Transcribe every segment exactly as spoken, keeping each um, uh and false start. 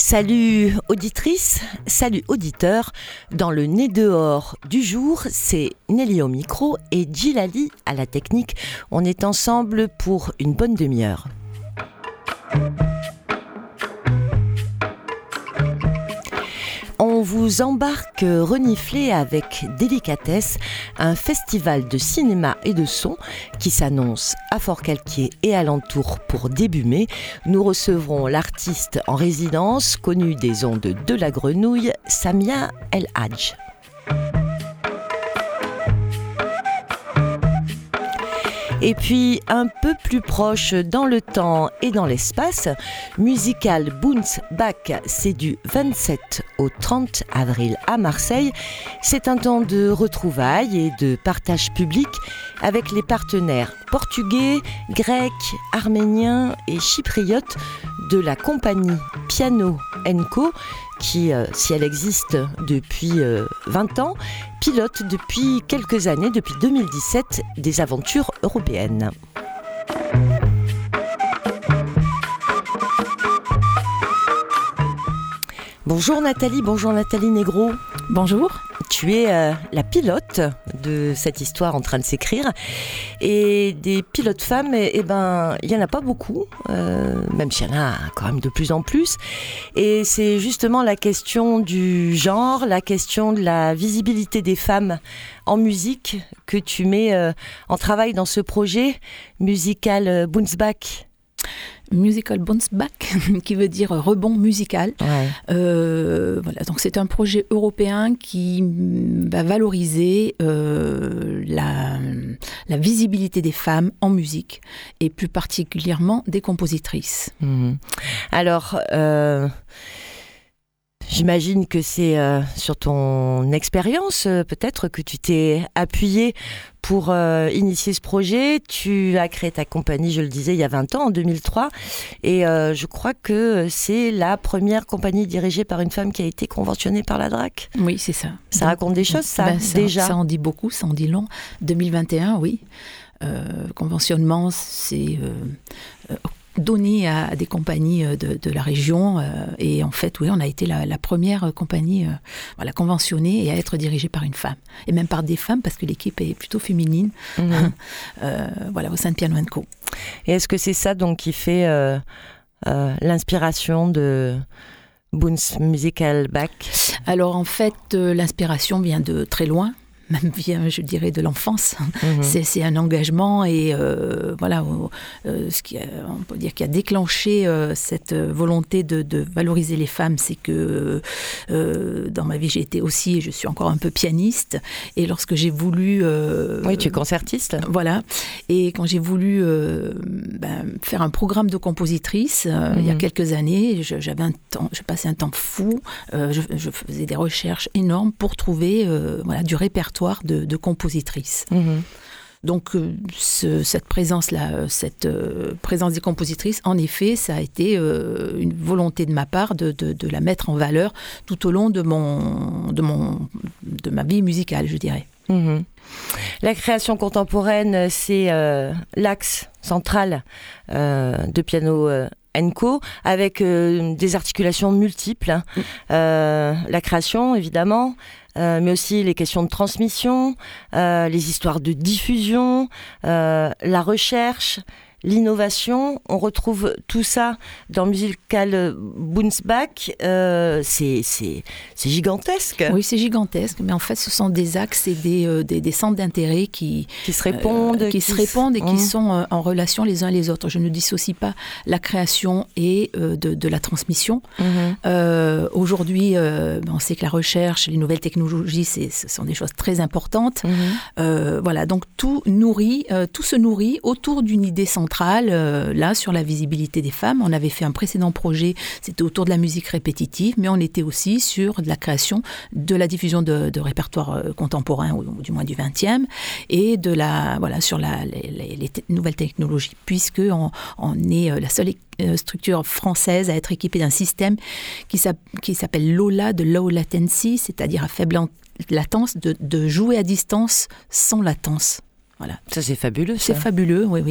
Salut auditrices, salut auditeurs. Dans le nez dehors du jour, c'est Nelly au micro et Djilali à la technique. On est ensemble pour une bonne demi-heure. On vous embarque renifler avec délicatesse un festival de cinéma et de son qui s'annonce à Forcalquier et alentour pour début mai. Nous recevrons l'artiste en résidence connue des ondes de la Grenouille, Samia El Hadj. Et puis, un peu plus proche dans le temps et dans l'espace, Musical Bounce Back, c'est du vingt-sept au trente avril à Marseille. C'est un temps de retrouvailles et de partage public avec les partenaires portugais, grecs, arméniens et chypriotes de la compagnie Piano and Co, qui, euh, si elle existe depuis euh, vingt ans, pilote depuis quelques années, depuis deux mille dix-sept, des aventures européennes. Bonjour Nathalie, bonjour Nathalie Negro. Bonjour. Tu es euh, la pilote de cette histoire en train de s'écrire. Et des pilotes femmes, eh, eh ben, il n'y en a pas beaucoup, euh, même s'il y en a quand même de plus en plus. Et c'est justement la question du genre, la question de la visibilité des femmes en musique que tu mets euh, en travail dans ce projet Musical Bounce Back. Musical Bounce Back, qui veut dire rebond musical. Ouais. Euh, voilà, donc c'est un projet européen qui va valoriser euh, la, la visibilité des femmes en musique et plus particulièrement des compositrices. Mmh. Alors, euh, j'imagine que c'est euh, sur ton expérience euh, peut-être que tu t'es appuyé pour euh, initier ce projet. Tu as créé ta compagnie, je le disais, il y a vingt ans, en deux mille trois. Et euh, je crois que c'est la première compagnie dirigée par une femme qui a été conventionnée par la D R A C. Oui, c'est ça. Ça Donc, raconte des choses, ça, ben, ça, déjà. Ça en dit beaucoup, ça en dit long. deux mille vingt et un, oui. Euh, conventionnement, c'est... Euh, euh, donné à, à des compagnies de, de la région. Euh, et en fait, oui, on a été la, la première compagnie euh, voilà, conventionnée et à être dirigée par une femme. Et même par des femmes, parce que l'équipe est plutôt féminine, mmh. euh, voilà, au sein de Piano and Co. Et est-ce que c'est ça donc qui fait euh, euh, l'inspiration de Bounce Musical Back ? Alors, en fait, euh, l'inspiration vient de très loin. Même vient, je dirais, de l'enfance. Mmh. C'est, c'est un engagement et euh, voilà, euh, ce qui a, on peut dire qui a déclenché euh, cette volonté de, de valoriser les femmes, c'est que euh, dans ma vie, j'ai été aussi, et je suis encore un peu pianiste. Et lorsque j'ai voulu... Euh, oui, tu es concertiste. Voilà. Et quand j'ai voulu euh, ben, faire un programme de compositrice, euh, mmh. il y a quelques années, je, j'avais un temps, je passais un temps fou. Euh, je, je faisais des recherches énormes pour trouver euh, voilà, du répertoire De, de compositrices. Mmh. Donc, euh, ce, cette présence-là, cette euh, présence des compositrices, en effet, ça a été euh, une volonté de ma part de, de, de la mettre en valeur tout au long de, mon, de, mon, de ma vie musicale, je dirais. Mmh. La création contemporaine, c'est euh, l'axe central euh, de Piano euh, and Co, avec euh, des articulations multiples. Hein. Mmh. Euh, la création, évidemment, Euh, mais aussi les questions de transmission, euh, les histoires de diffusion, euh, la recherche, l'innovation. On retrouve tout ça dans Musical Bounce Back. Euh, c'est, c'est, c'est gigantesque. Oui, c'est gigantesque, mais en fait, ce sont des axes et des, euh, des, des centres d'intérêt qui, qui se répondent, euh, qui, qui se répondent et mmh. qui sont euh, en relation les uns les autres. Je ne dissocie pas la création et euh, de, de la transmission. Mmh. Euh, aujourd'hui, euh, on sait que la recherche, les nouvelles technologies, c'est, ce sont des choses très importantes. Mmh. Euh, voilà, donc tout nourrit, euh, tout se nourrit autour d'une idée centrale. Euh, là, sur la visibilité des femmes. On avait fait un précédent projet, c'était autour de la musique répétitive, mais on était aussi sur de la création, de la diffusion de, de répertoires euh, contemporains, ou, ou du moins du vingtième, et de la, voilà, sur la, les, les, les t- nouvelles technologies, puisqu'on on est euh, la seule euh, structure française à être équipée d'un système qui, qui s'appelle LOLA, de Low Latency, c'est-à-dire à faible latence, de, de jouer à distance sans latence. Voilà. Ça, c'est fabuleux, ça. C'est fabuleux, oui, oui.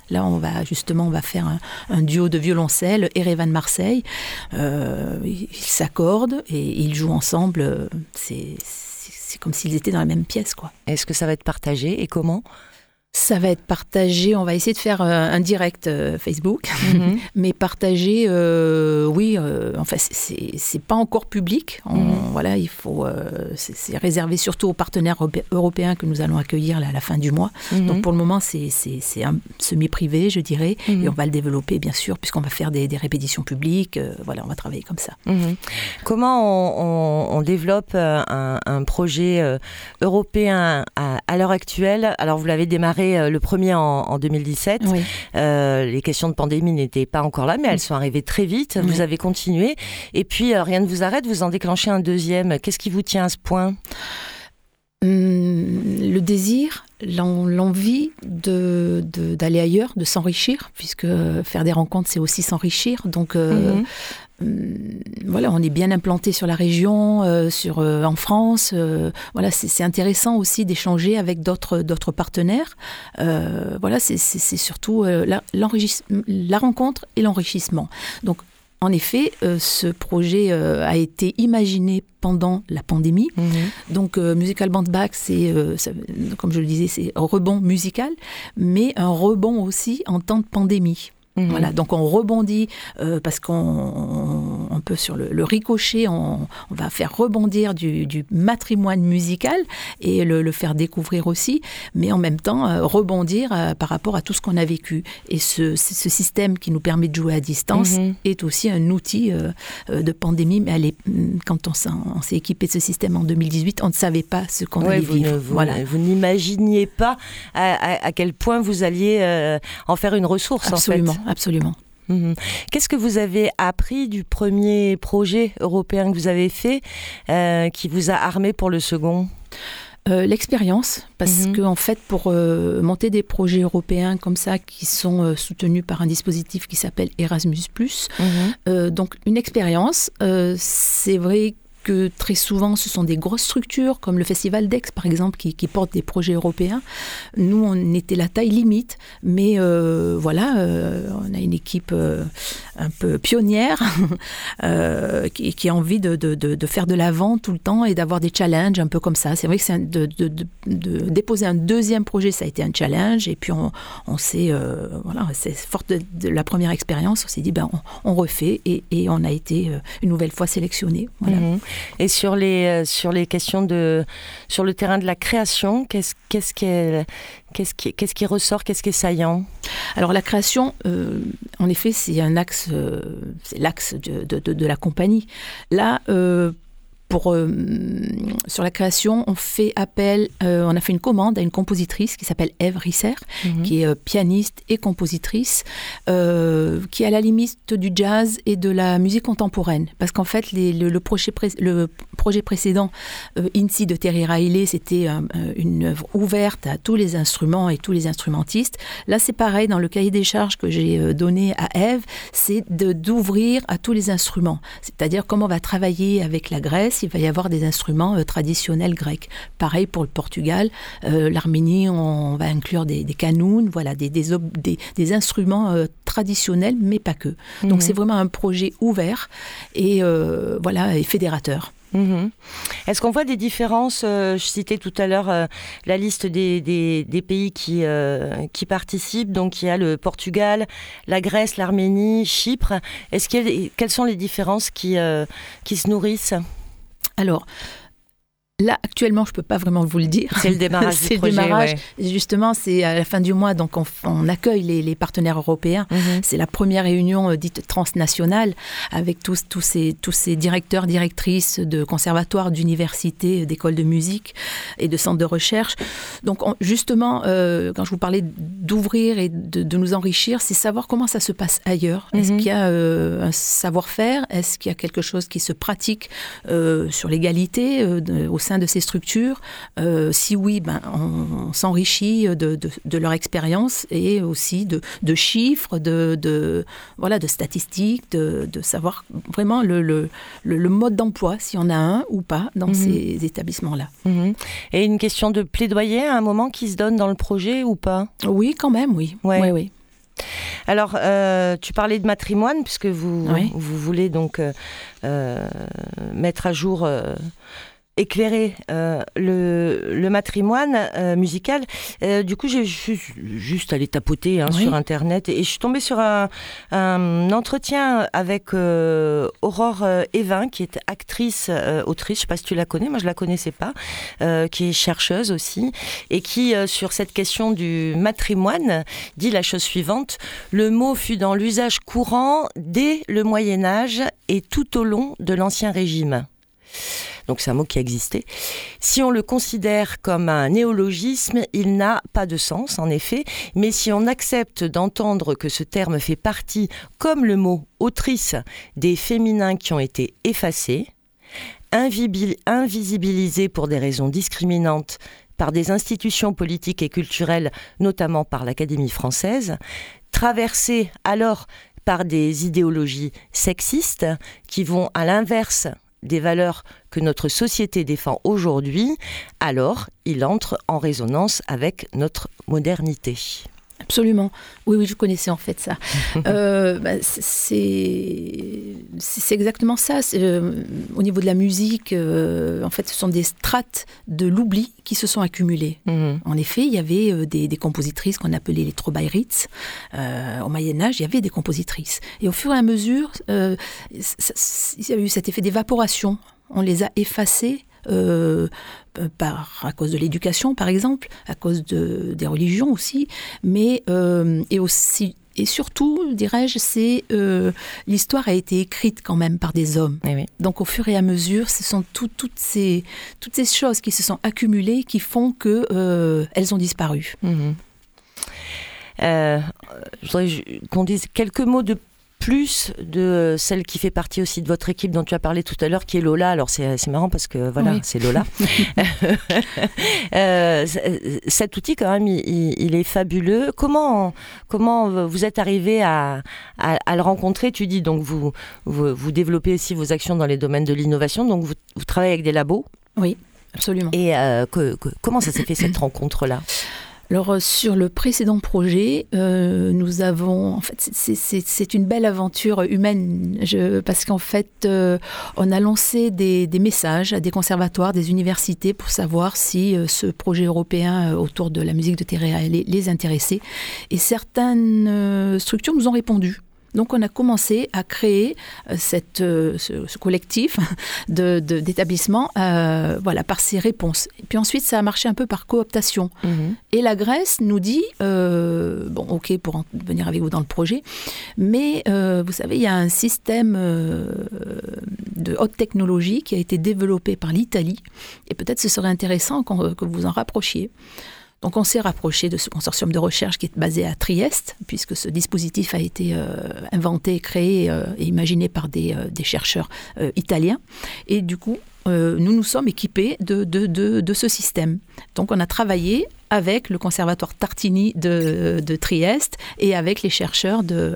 Là, on va justement, on va faire un, un duo de violoncelle, Erevan Marseille. Euh, ils s'accordent et ils jouent ensemble. C'est, c'est, c'est comme s'ils étaient dans la même pièce, quoi. Est-ce que ça va être partagé et comment ? Ça va être partagé, on va essayer de faire un, un direct euh, Facebook, mm-hmm. mais partagé, euh, oui, euh, enfin, c'est, c'est pas encore public. On, mm-hmm. Voilà, il faut, euh, c'est, c'est réservé surtout aux partenaires européens que nous allons accueillir là, à la fin du mois. Mm-hmm. Donc pour le moment, c'est, c'est, c'est un semi-privé, je dirais, mm-hmm. et on va le développer, bien sûr, puisqu'on va faire des, des répétitions publiques. Euh, voilà, on va travailler comme ça. Mm-hmm. Comment on, on, on développe un, un projet euh, européen à, à l'heure actuelle ? Alors, vous l'avez démarré le premier en, en deux mille dix-sept. Oui. Euh, les questions de pandémie n'étaient pas encore là, mais elles sont arrivées très vite. Oui. Vous avez continué. Et puis, euh, rien ne vous arrête, vous en déclenchez un deuxième. Qu'est-ce qui vous tient à ce point ? Hum, le désir, l'en, l'envie de, de, d'aller ailleurs, de s'enrichir, puisque faire des rencontres, c'est aussi s'enrichir. Donc, euh, mm-hmm. Voilà, on est bien implanté sur la région, euh, sur, euh, en France. Euh, voilà, c'est, c'est intéressant aussi d'échanger avec d'autres, d'autres partenaires. Euh, voilà, c'est, c'est, c'est surtout euh, la, la rencontre et l'enrichissement. Donc, en effet, euh, ce projet euh, a été imaginé pendant la pandémie. Mmh. Donc, euh, Musical Bounce Back, c'est, euh, ça, comme je le disais, c'est un rebond musical, mais un rebond aussi en temps de pandémie. Mmh. Voilà, donc on rebondit euh, parce qu'on on, on peut sur le, le ricochet, on, on va faire rebondir du, du matrimoine musical et le, le faire découvrir aussi, mais en même temps euh, rebondir euh, par rapport à tout ce qu'on a vécu. Et ce, ce système qui nous permet de jouer à distance mmh. est aussi un outil euh, de pandémie. Mais allez, quand on s'est, on s'est équipé de ce système en deux mille dix-huit, on ne savait pas ce qu'on ouais, allait vous vivre. Ne, vous, voilà. vous n'imaginiez pas à, à, à quel point vous alliez euh, en faire une ressource. Absolument. En fait. Absolument. Mmh. Qu'est-ce que vous avez appris du premier projet européen que vous avez fait euh, qui vous a armé pour le second ? Euh, l'expérience, parce mmh. que en fait, pour euh, monter des projets européens comme ça, qui sont euh, soutenus par un dispositif qui s'appelle Erasmus plus, mmh. euh, donc une expérience, euh, c'est vrai que très souvent, ce sont des grosses structures, comme le Festival d'Aix, par exemple, qui, qui portent des projets européens. Nous, on était la taille limite, mais euh, voilà, euh, on a une équipe euh, un peu pionnière euh, qui, qui a envie de, de, de, de faire de l'avant tout le temps et d'avoir des challenges un peu comme ça. C'est vrai que c'est un, de, de, de, de déposer un deuxième projet, ça a été un challenge, et puis on, on s'est, euh, voilà, c'est fort de, de la première expérience, on s'est dit, ben, on, on refait, et, et on a été euh, une nouvelle fois sélectionné. Voilà. Mmh. Et sur les, euh, sur les questions de... Sur le terrain de la création, qu'est-ce, qu'est-ce, qui, est, qu'est-ce, qui, qu'est-ce qui ressort, qu'est-ce qui est saillant ? Alors la création, euh, en effet, c'est un axe, euh, c'est l'axe de, de, de, de la compagnie. Là, euh, Pour, euh, sur la création, on fait appel, euh, on a fait une commande à une compositrice qui s'appelle Ève Risser, mmh. qui est euh, pianiste et compositrice, euh, qui est à la limite du jazz et de la musique contemporaine. Parce qu'en fait, les, le, le, projet pré- le projet précédent, euh, INSI de Terry Riley, c'était un, une œuvre ouverte à tous les instruments et tous les instrumentistes. Là, c'est pareil, dans le cahier des charges que j'ai donné à Ève, c'est de, d'ouvrir à tous les instruments. C'est-à-dire comment on va travailler avec la Grèce. Il va y avoir des instruments euh, traditionnels grecs. Pareil pour le Portugal, euh, l'Arménie, on va inclure des, des canounes, voilà, des, des, des, des instruments euh, traditionnels, mais pas que. Donc mmh. c'est vraiment un projet ouvert et, euh, voilà, et fédérateur. Mmh. Est-ce qu'on voit des différences euh, je citais tout à l'heure euh, la liste des, des, des pays qui, euh, qui participent. Donc il y a le Portugal, la Grèce, l'Arménie, Chypre. Est-ce qu'il y a, quelles sont les différences qui, euh, qui se nourrissent ? Alors, là, actuellement, je ne peux pas vraiment vous le dire. C'est le démarrage c'est du projet. Le démarrage. Ouais. Justement, c'est à la fin du mois, donc on, on accueille les, les partenaires européens. Mm-hmm. C'est la première réunion euh, dite transnationale avec tous, tous, ces, tous ces directeurs, directrices de conservatoires, d'universités, d'écoles de musique et de centres de recherche. Donc, on, justement, euh, quand je vous parlais d'ouvrir et de, de nous enrichir, c'est savoir comment ça se passe ailleurs. Mm-hmm. Est-ce qu'il y a euh, un savoir-faire ? Est-ce qu'il y a quelque chose qui se pratique euh, sur l'égalité euh, de, au sein de ces structures, euh, si oui, ben, on, on s'enrichit de, de, de leur expérience et aussi de, de chiffres, de, de, voilà, de statistiques, de, de savoir vraiment le, le, le, le mode d'emploi, s'il y en a un ou pas dans mmh. ces établissements-là. Mmh. Et une question de plaidoyer à un moment qui se donne dans le projet ou pas ? Oui, quand même, oui. Ouais. Oui, oui. Alors, euh, tu parlais de matrimoine, puisque vous, Oui. vous voulez donc euh, euh, mettre à jour, euh, éclairer euh, le, le matrimoine euh, musical. Euh, du coup, j'ai ju- juste allé tapoter hein, Oui. sur Internet et je suis tombée sur un, un entretien avec euh, Aurore euh, Evin, qui est actrice, euh, autrice, je ne sais pas si tu la connais, moi je ne la connaissais pas, euh, qui est chercheuse aussi, et qui, euh, sur cette question du matrimoine, dit la chose suivante: le mot fut dans l'usage courant dès le Moyen-Âge et tout au long de l'Ancien Régime. Donc c'est un mot qui existait. Si on le considère comme un néologisme, il n'a pas de sens, en effet. Mais si on accepte d'entendre que ce terme fait partie, comme le mot autrice, des féminins qui ont été effacés, invibil- invisibilisés pour des raisons discriminantes par des institutions politiques et culturelles, notamment par l'Académie française, traversés alors par des idéologies sexistes qui vont à l'inverse des valeurs que notre société défend aujourd'hui, alors il entre en résonance avec notre modernité. Absolument. Oui, oui, je connaissais en fait ça. euh, bah, c'est, c'est exactement ça. C'est, euh, au niveau de la musique, euh, en fait, ce sont des strates de l'oubli qui se sont accumulées. Mmh. En effet, il y avait euh, des, des compositrices qu'on appelait les Traubayrites. Euh, au Moyen-Âge, il y avait des compositrices. Et au fur et à mesure, euh, ça, ça, il y a eu cet effet d'évaporation. On les a effacées. Euh, par, à cause de l'éducation, par exemple, à cause de, des religions aussi, mais euh, et aussi et surtout, dirais-je, c'est euh, l'histoire a été écrite quand même par des hommes. Oui, oui. Donc, au fur et à mesure, ce sont tout, toutes ces toutes ces choses qui se sont accumulées qui font que euh, elles ont disparu. Mmh. Euh, je voudrais qu'on dise quelques mots de plus de celle qui fait partie aussi de votre équipe dont tu as parlé tout à l'heure, qui est Lola. Alors c'est, c'est marrant parce que voilà, oui. c'est Lola. euh, cet outil quand même, il, il est fabuleux. Comment, comment vous êtes arrivé à, à, à le rencontrer? Tu dis donc vous, vous, vous développez aussi vos actions dans les domaines de l'innovation, donc vous, vous travaillez avec des labos. Oui, absolument. Et euh, que, que, comment ça s'est fait cette rencontre-là? Alors, sur le précédent projet, euh, nous avons... En fait, c'est, c'est, c'est une belle aventure humaine, je, parce qu'en fait, euh, on a lancé des, des messages à des conservatoires, des universités, pour savoir si euh, ce projet européen euh, autour de la musique de terre les, les intéressait. Et certaines euh, structures nous ont répondu. Donc, on a commencé à créer euh, cette, euh, ce, ce collectif de, de, d'établissements euh, voilà, par ces réponses. Et puis ensuite, ça a marché un peu par cooptation. Mmh. Et la Grèce nous dit, euh, bon, OK, pour en venir avec vous dans le projet, mais euh, vous savez, il y a un système euh, de haute technologie qui a été développé par l'Italie. Et peut-être ce serait intéressant qu'on, que vous en rapprochiez. Donc on s'est rapproché de ce consortium de recherche qui est basé à Trieste, puisque ce dispositif a été euh, inventé, créé euh, et imaginé par des, euh, des chercheurs euh, italiens. Et du coup, euh, nous nous sommes équipés de, de, de, de ce système. Donc on a travaillé avec le conservatoire Tartini de, de Trieste et avec les chercheurs de,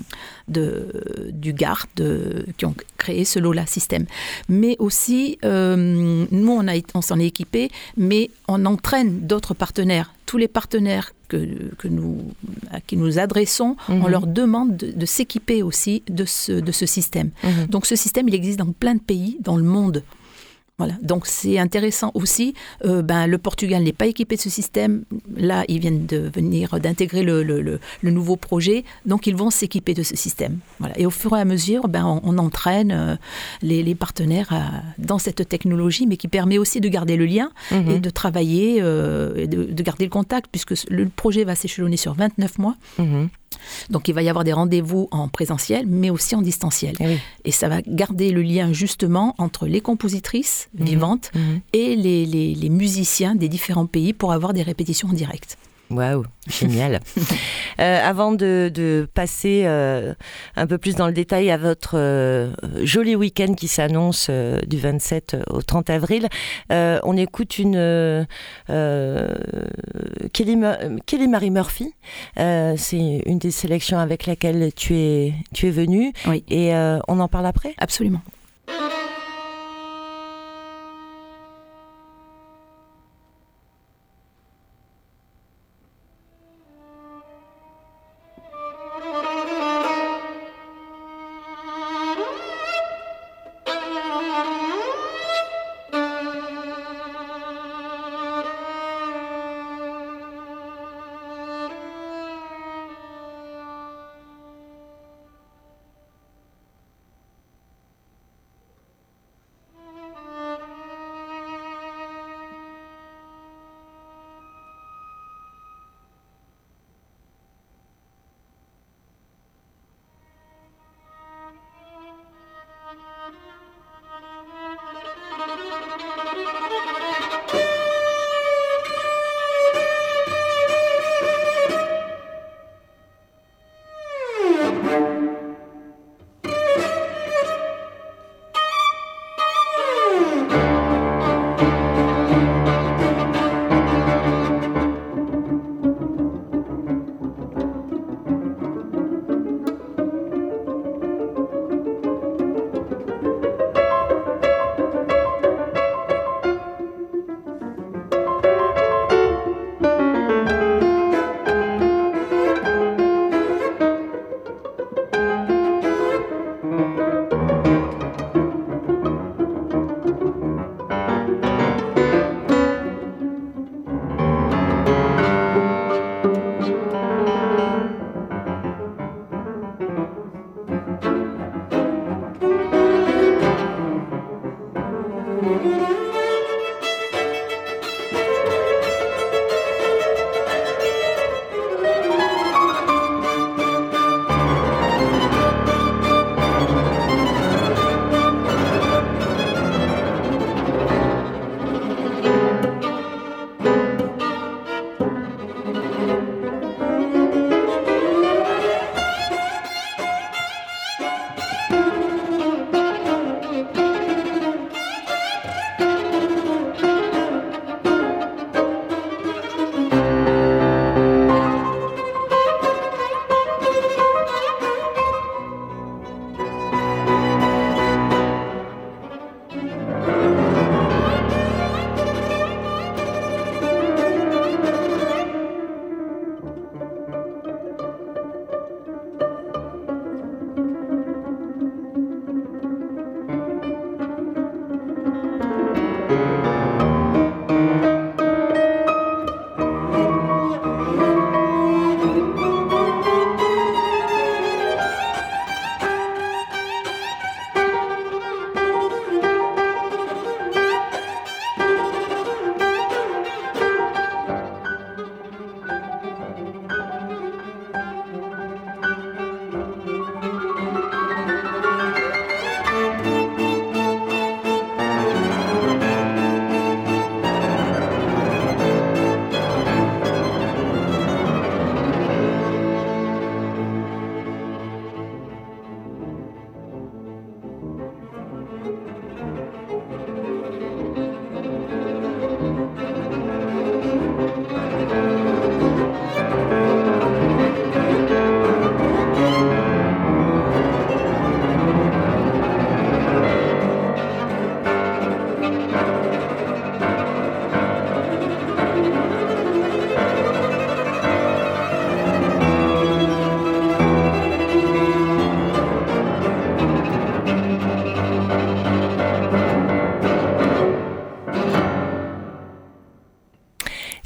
de, du Gard de, qui ont créé ce Lola système. Mais aussi, euh, nous, on, a, on s'en est équipés, mais on entraîne d'autres partenaires. Tous les partenaires que, que nous, à qui nous adressons, mmh. on leur demande de, de s'équiper aussi de ce, de ce système. Mmh. Donc ce système, il existe dans plein de pays dans le monde. Voilà. Donc c'est intéressant aussi. Euh, ben, le Portugal n'est pas équipé de ce système. Là, ils viennent de venir d'intégrer le, le, le, le nouveau projet. Donc ils vont s'équiper de ce système. Voilà. Et au fur et à mesure, ben, on, on entraîne euh, les, les partenaires à, dans cette technologie, mais qui permet aussi de garder le lien mmh. et de travailler, euh, et de, de garder le contact, puisque le projet va s'échelonner sur vingt-neuf mois. Mmh. Donc, il va y avoir des rendez-vous en présentiel, mais aussi en distanciel. Et, oui. et ça va garder le lien, justement, entre les compositrices mmh. vivantes mmh. et les, les, les musiciens des différents pays pour avoir des répétitions en direct. Waouh, génial. euh, avant de, de passer euh, un peu plus dans le détail à votre euh, joli week-end qui s'annonce euh, du vingt-sept au trente avril, euh, on écoute une euh, Kelly, Kelly Marie Murphy. Euh, c'est une des sélections avec laquelle tu es, tu es venue. Oui. Et euh, on en parle après ? Absolument.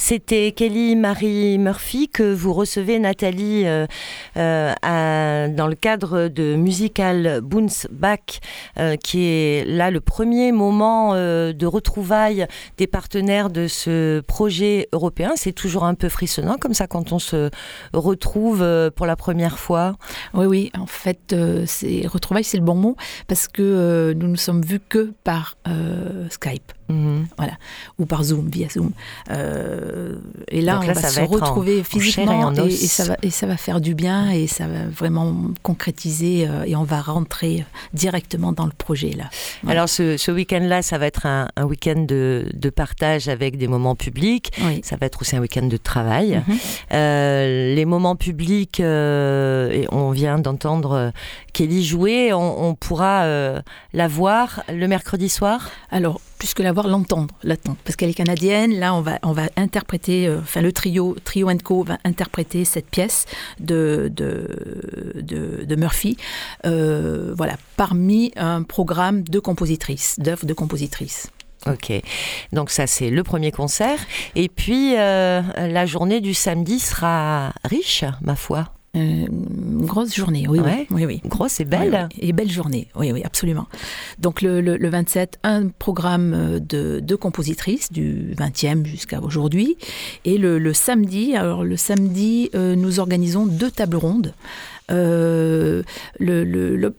C'était Kelly Marie Murphy que vous recevez, Nathalie, euh, euh, à, dans le cadre de Musical Bounce Back, euh, qui est là le premier moment euh, de retrouvailles des partenaires de ce projet européen. C'est toujours un peu frissonnant comme ça quand on se retrouve euh, pour la première fois. Oui, oui, en fait, euh, c'est, retrouvailles, c'est le bon mot, parce que euh, nous ne sommes vus que par euh, Skype. Mmh. Voilà, ou par Zoom, via Zoom. Euh, et là, là, on va se va retrouver en, physiquement en et, et, ça va, et ça va faire du bien et ça va vraiment concrétiser euh, et on va rentrer directement dans le projet. Là. Voilà. Alors, ce, ce week-end-là, ça va être un, un week-end de, de partage avec des moments publics. Oui. Ça va être aussi un week-end de travail. Mmh. Euh, les moments publics, euh, et on vient d'entendre Kelly jouer, on, on pourra euh, la voir le mercredi soir. Alors, plus que la voir, l'entendre, l'attendre. Parce qu'elle est canadienne, là, on va, on va interpréter, euh, enfin, le trio, Trio and Co va interpréter cette pièce de, de, de, de Murphy, euh, voilà, parmi un programme de compositrices, d'œuvres de compositrices. Ok, donc ça c'est le premier concert. Et puis, euh, la journée du samedi sera riche, ma foi. Euh, une grosse journée, oui, ouais. oui, oui, oui. Grosse et belle. Oui, oui. Et belle journée, oui, oui, absolument. Donc le, le, le vingt-sept, un programme de, de compositrices du vingtième jusqu'à aujourd'hui. Et le, le samedi, alors le samedi, euh, nous organisons deux tables rondes. Euh, le, le, le,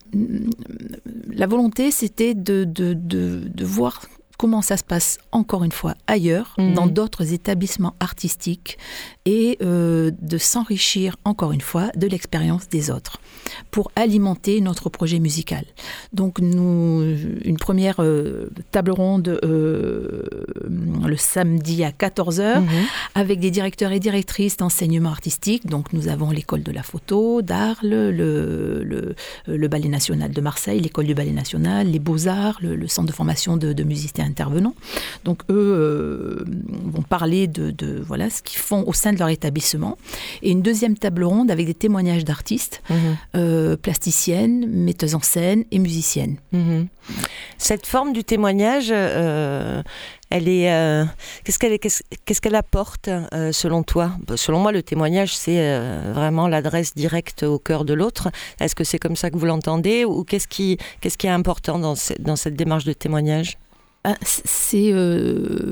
la volonté, c'était de, de, de, de voir comment ça se passe encore une fois ailleurs, mmh. dans d'autres établissements artistiques, et euh, de s'enrichir encore une fois de l'expérience des autres pour alimenter notre projet musical. Donc nous, une première euh, table ronde euh, le samedi à quatorze heures, mmh. avec des directeurs et directrices d'enseignement artistique. Donc nous avons l'école de la photo d'Arles, le, le, le Ballet National de Marseille, l'école du Ballet National, les Beaux-Arts, le, le centre de formation de, de musiciens intervenants. Donc eux euh, vont parler de, de voilà, ce qu'ils font au sein de leur établissement. Et une deuxième table ronde avec des témoignages d'artistes, mmh. euh, plasticiennes, metteuses en scène et musiciennes. Mmh. Cette forme du témoignage, euh, elle est, euh, qu'est-ce qu'elle est, qu'est-ce, qu'est-ce qu'elle apporte euh, selon toi ? Selon moi, le témoignage, c'est euh, vraiment l'adresse directe au cœur de l'autre. Est-ce que c'est comme ça que vous l'entendez, ou qu'est-ce qui, qu'est-ce qui est important dans, ce, dans cette démarche de témoignage ? Ah, c'est euh,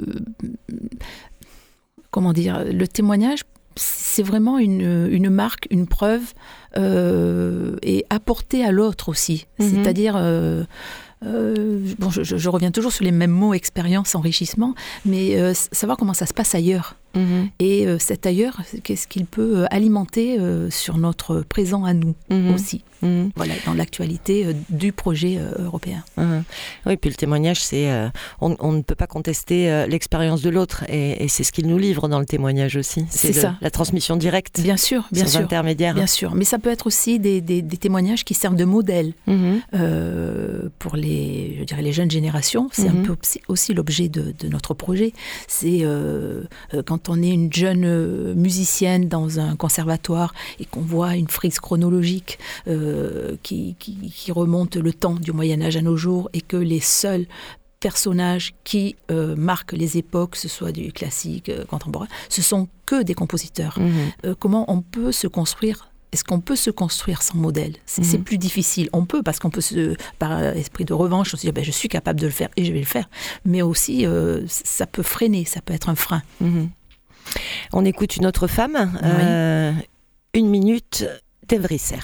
comment dire, le témoignage, c'est vraiment une, une marque, une preuve, euh, et apporter à l'autre aussi. Mm-hmm. C'est-à-dire, euh, euh, bon, je, je reviens toujours sur les mêmes mots, expérience, enrichissement, mais euh, savoir comment ça se passe ailleurs. Mmh. Et euh, cet ailleurs, qu'est-ce qu'il peut euh, alimenter euh, sur notre présent à nous mmh. aussi, mmh. voilà, dans l'actualité euh, du projet euh, européen. Mmh. Oui, puis le témoignage, c'est euh, on, on ne peut pas contester euh, l'expérience de l'autre, et, et c'est ce qu'il nous livre dans le témoignage aussi. C'est, c'est le, ça. La transmission directe. Bien sûr, bien sans sûr. intermédiaire. Bien sûr, mais ça peut être aussi des, des, des témoignages qui servent de modèle mmh. euh, pour les, je dirais, les jeunes générations. C'est mmh. un peu aussi, aussi l'objet de, de notre projet. C'est euh, quand on est une jeune musicienne dans un conservatoire et qu'on voit une frise chronologique euh, qui, qui, qui remonte le temps du Moyen-Âge à nos jours, et que les seuls personnages qui euh, marquent les époques, que ce soit du classique, euh, contemporain, ce sont que des compositeurs. Mmh. Euh, comment on peut se construire ? Est-ce qu'on peut se construire sans modèle ? c'est, mmh. c'est plus difficile. On peut, parce qu'on peut, se, par esprit de revanche, se dire ben, je suis capable de le faire et je vais le faire. Mais aussi, euh, ça peut freiner, ça peut être un frein. Mmh. On écoute une autre femme, oui. euh, une minute d'Evrisser.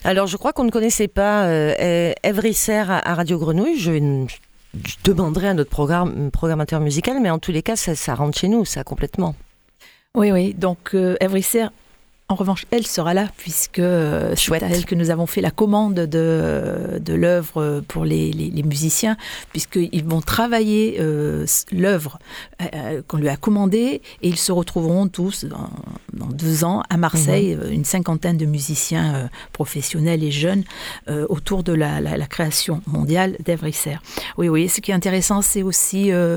Alors, je crois qu'on ne connaissait pas euh, Ève Risser à, à Radio Grenouille. Je, je demanderai à notre programme, programmateur musical, mais en tous les cas, ça, ça rentre chez nous, ça, complètement. Oui, oui. Donc, euh, Ève Risser, en revanche, elle sera là, puisque euh, c'est à elle que nous avons fait la commande de, de l'œuvre pour les, les, les musiciens, puisqu'ils vont travailler euh, l'œuvre euh, qu'on lui a commandée, et ils se retrouveront tous dans, dans deux ans à Marseille, mmh. une cinquantaine de musiciens euh, professionnels et jeunes euh, autour de la, la, la création mondiale d'Ève Risser. Oui, oui, ce qui est intéressant, c'est aussi euh,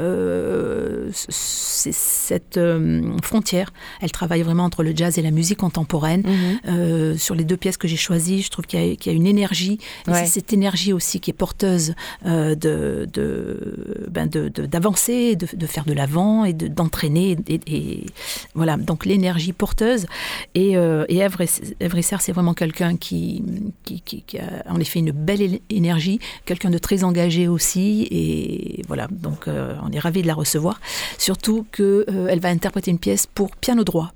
euh, c'est cette euh, frontière. Elle travaille vraiment entre le jazz et la musique contemporaine. Mmh. Euh, sur les deux pièces que j'ai choisies, je trouve qu'il y a, qu'il y a une énergie. Et ouais. c'est cette énergie aussi qui est porteuse euh, de, de, ben de, de, d'avancer, de, de faire de l'avant et de, d'entraîner. Et, et, voilà, donc l'énergie porteuse. Et, euh, et Ève Risser, c'est vraiment quelqu'un qui, qui, qui, qui a en effet une belle énergie, quelqu'un de très engagé aussi. Et voilà, donc euh, on est ravis de la recevoir. Surtout qu'elle euh, va interpréter une pièce pour piano droit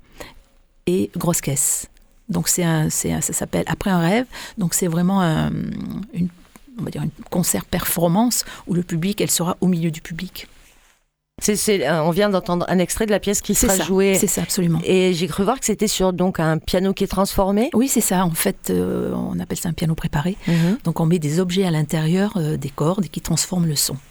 et grosse caisse. Donc c'est un, c'est un, ça s'appelle Après un rêve. Donc c'est vraiment un, une, on va dire une concert performance où le public, elle sera au milieu du public. C'est, c'est, on vient d'entendre un extrait de la pièce qui c'est sera ça, jouée. C'est ça, absolument. Et j'ai cru voir que c'était sur donc un piano qui est transformé. Oui, c'est ça. En fait, euh, on appelle ça un piano préparé. Mm-hmm. Donc on met des objets à l'intérieur, euh, des cordes, qui transforment le son.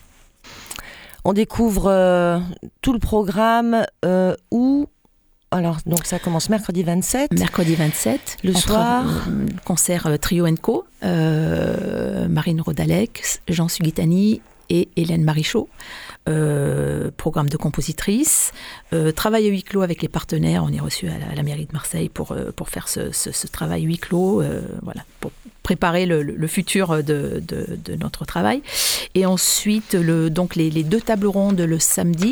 On découvre euh, tout le programme euh, où Alors, donc ça commence mercredi vingt-sept. Mercredi vingt-sept. Le soir. Euh, concert euh, Trio and Co. Euh, Marine Rodalec, Jean Sugitani et Hélène Marichaud. Euh, programme de compositrice. Euh, travail à huis clos avec les partenaires. On est reçu à la, à la mairie de Marseille pour, euh, pour faire ce, ce, ce travail huis clos. Euh, voilà, pour préparer le, le futur de, de, de notre travail. Et ensuite, le, donc les, les deux tables rondes le samedi.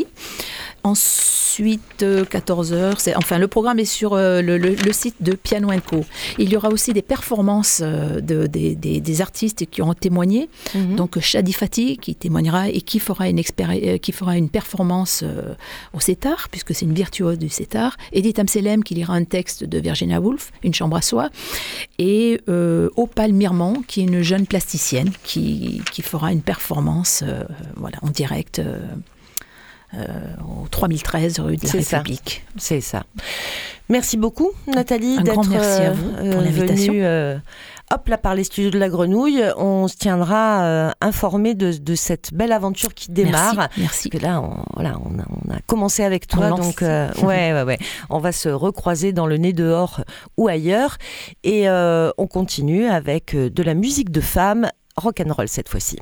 Ensuite, quatorze heures, c'est, enfin le programme est sur euh, le, le, le site de Piano and Co. Il y aura aussi des performances euh, de, des, des, des artistes qui ont témoigné. Mm-hmm. Donc Shadi Fati qui témoignera et qui fera une, expéri- euh, qui fera une performance euh, au setar, puisque c'est une virtuose du setar. Edith Amselem qui lira un texte de Virginia Woolf, Une chambre à soi. Et euh, Opal Mirmand qui est une jeune plasticienne qui, qui fera une performance euh, voilà, en direct euh, Euh, au trois mille treize rue de la c'est République. Ça. C'est ça. Merci beaucoup, Nathalie, Un d'être grand merci à vous pour euh, l'invitation. venue euh, hop, là, par les studios de la Grenouille. On se tiendra euh, informé de, de cette belle aventure qui démarre. Merci. merci. Parce que là, on, voilà, on, a, on a commencé avec toi, on donc euh, ouais, ouais, ouais. On va se recroiser dans le nez dehors ou ailleurs. Et euh, on continue avec de la musique de femmes, rock'n'roll cette fois-ci.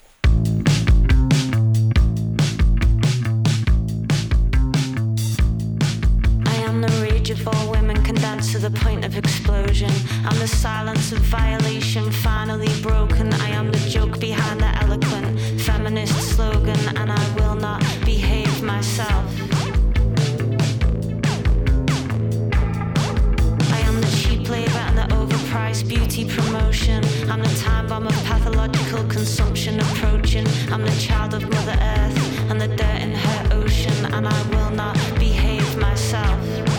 Of all women condensed to the point of explosion. I'm the silence of violation, finally broken. I am the joke behind the eloquent feminist slogan, and I will not behave myself. I am the cheap labor and the overpriced beauty promotion. I'm the time bomb of pathological consumption approaching. I'm the child of Mother Earth and the dirt in her ocean, and I will not behave myself.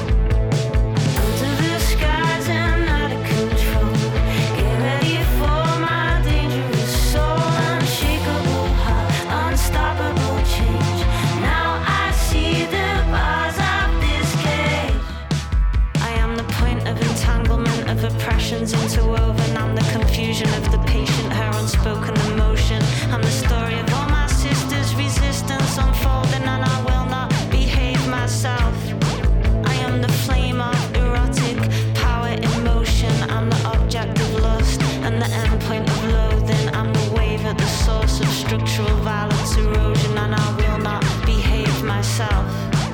Interwoven, I'm the confusion of the patient, her unspoken emotion. I'm the story of all my sisters' resistance unfolding, and I will not behave myself. I am the flame of erotic power in motion. I'm the object of lust and the endpoint of loathing. I'm the wave at the source of structural violence erosion, and I will not behave myself.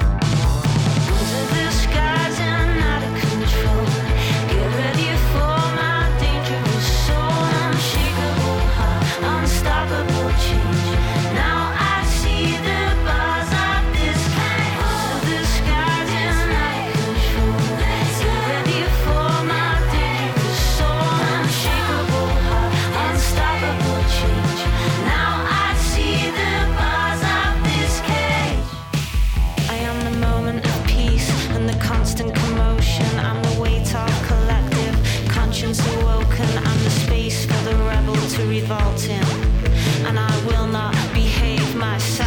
The skies are out of control. Get ready for my dangerous soul, unshakable heart, unstoppable change. Now I see the bars of this kind. Oh, the skies are out of control. Get ready for my dangerous soul, unshakable heart, unstoppable change. Now I see assaulting, and I will not behave myself.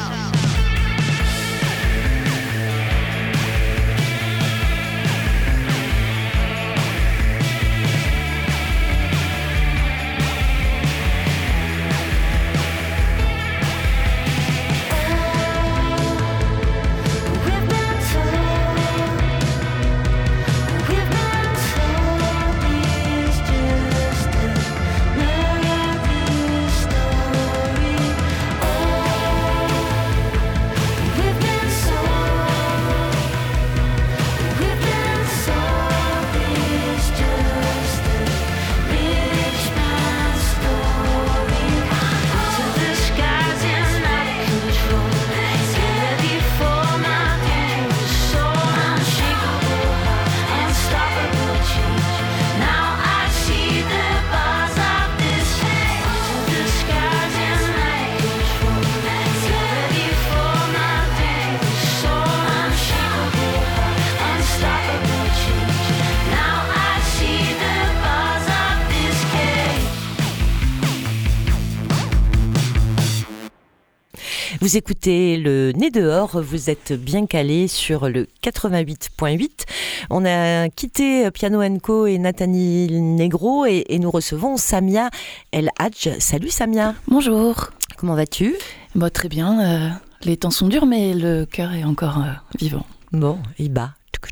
Vous écoutez le Nez dehors, vous êtes bien calé sur le quatre-vingt-huit point huit. On a quitté Piano and Co et Nathalie Negro et, et nous recevons Samia El Hadj. Salut Samia. Bonjour. Comment vas-tu ? Bah, très bien, euh, les temps sont durs mais le cœur est encore euh, vivant. Bon, il bat.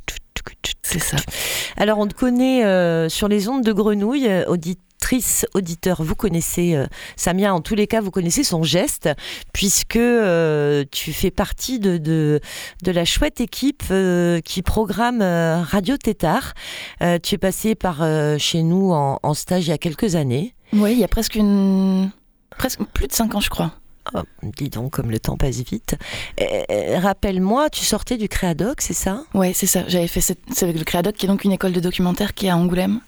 C'est ça. Alors on te connaît euh, sur les ondes de Grenouille, auditrice, auditeur, vous connaissez euh, Samia, en tous les cas vous connaissez son geste, puisque euh, tu fais partie de, de, de la chouette équipe euh, qui programme euh, Radio Tétard. Euh, tu es passée par euh, chez nous en, en stage il y a quelques années. Oui, il y a presque une... presque plus de cinq ans je crois. Oh, dis donc, comme le temps passe vite. Euh, rappelle-moi, tu sortais du Créadoc, c'est ça ? Ouais, c'est ça. J'avais fait cette... c'est le Créadoc, qui est donc une école de documentaire qui est à Angoulême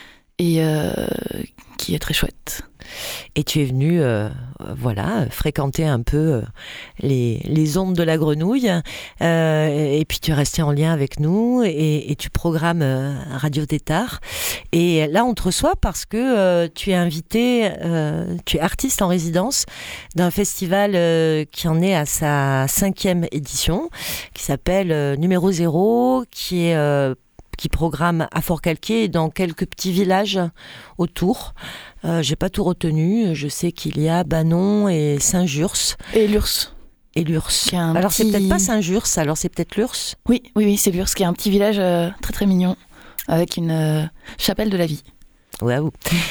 et euh, qui est très chouette. Et tu es venu, euh, voilà, fréquenter un peu euh, les, les ondes de la Grenouille. Euh, et puis tu es resté en lien avec nous et, et tu programmes euh, Radio Tétard. Et là, on te reçoit parce que euh, tu es invité, euh, tu es artiste en résidence d'un festival euh, qui en est à sa cinquième édition, qui s'appelle euh, Numéro Zéro, qui est... Euh, qui programme à Forcalquier et dans quelques petits villages autour. Euh, j'ai pas tout retenu. Je sais qu'il y a Banon et Saint-Jurs. Et Lurs. Et Lurs. Alors petit... c'est peut-être pas Saint-Jurs, alors c'est peut-être Lurs. Oui, oui, oui, c'est Lurs, qui est un petit village euh, très très mignon, avec une euh, chapelle de la vie. Waouh.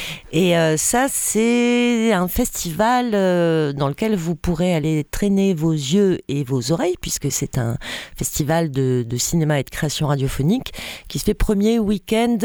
Et euh, ça, c'est un festival euh, dans lequel vous pourrez aller traîner vos yeux et vos oreilles, puisque c'est un festival de, de cinéma et de création radiophonique qui se fait premier week-end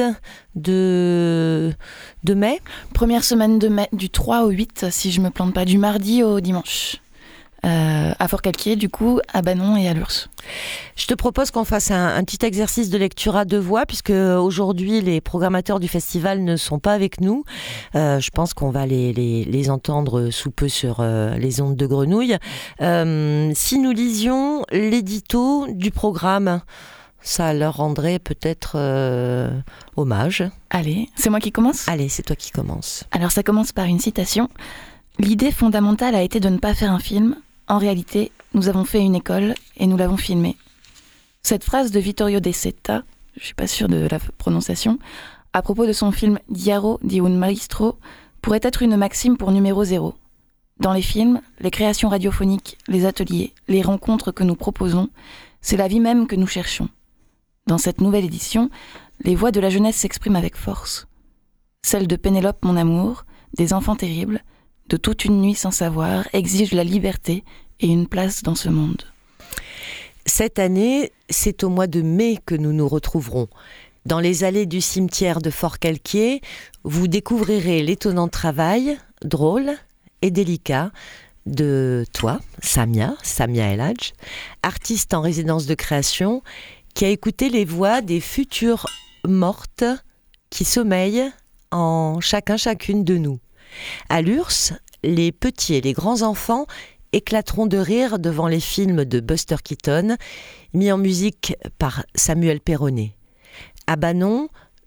de, de mai. Première semaine de mai, du trois au huit, si je me plante pas, du mardi au dimanche. Euh, à Forcalquier, du coup, à Banon et à Lurs. Je te propose qu'on fasse un, un petit exercice de lecture à deux voix, puisque aujourd'hui les programmateurs du festival ne sont pas avec nous. Euh, je pense qu'on va les, les, les entendre sous peu sur euh, les ondes de Grenouille. Euh, si nous lisions l'édito du programme, ça leur rendrait peut-être euh, hommage. Allez, c'est moi qui commence ? Allez, c'est toi qui commences. Alors ça commence par une citation. « L'idée fondamentale a été de ne pas faire un film. En réalité, nous avons fait une école et nous l'avons filmée. » Cette phrase de Vittorio De Sitta, je ne suis pas sûre de la prononciation, à propos de son film « Diaro di un maestro » pourrait être une maxime pour Numéro Zéro. Dans les films, les créations radiophoniques, les ateliers, les rencontres que nous proposons, c'est la vie même que nous cherchons. Dans cette nouvelle édition, les voix de la jeunesse s'expriment avec force. Celle de Pénélope, mon amour, des enfants terribles, de toute une nuit sans savoir, exige la liberté et une place dans ce monde. Cette année, c'est au mois de mai que nous nous retrouverons. Dans les allées du cimetière de Forcalquier, vous découvrirez l'étonnant travail, drôle et délicat, de toi, Samia, Samia El Hadj, artiste en résidence de création, qui a écouté les voix des futures mortes qui sommeillent en chacun chacune de nous. À Lurs, les petits et les grands enfants éclateront de rire devant les films de Buster Keaton, mis en musique par Samuel Perronnet. À Banon,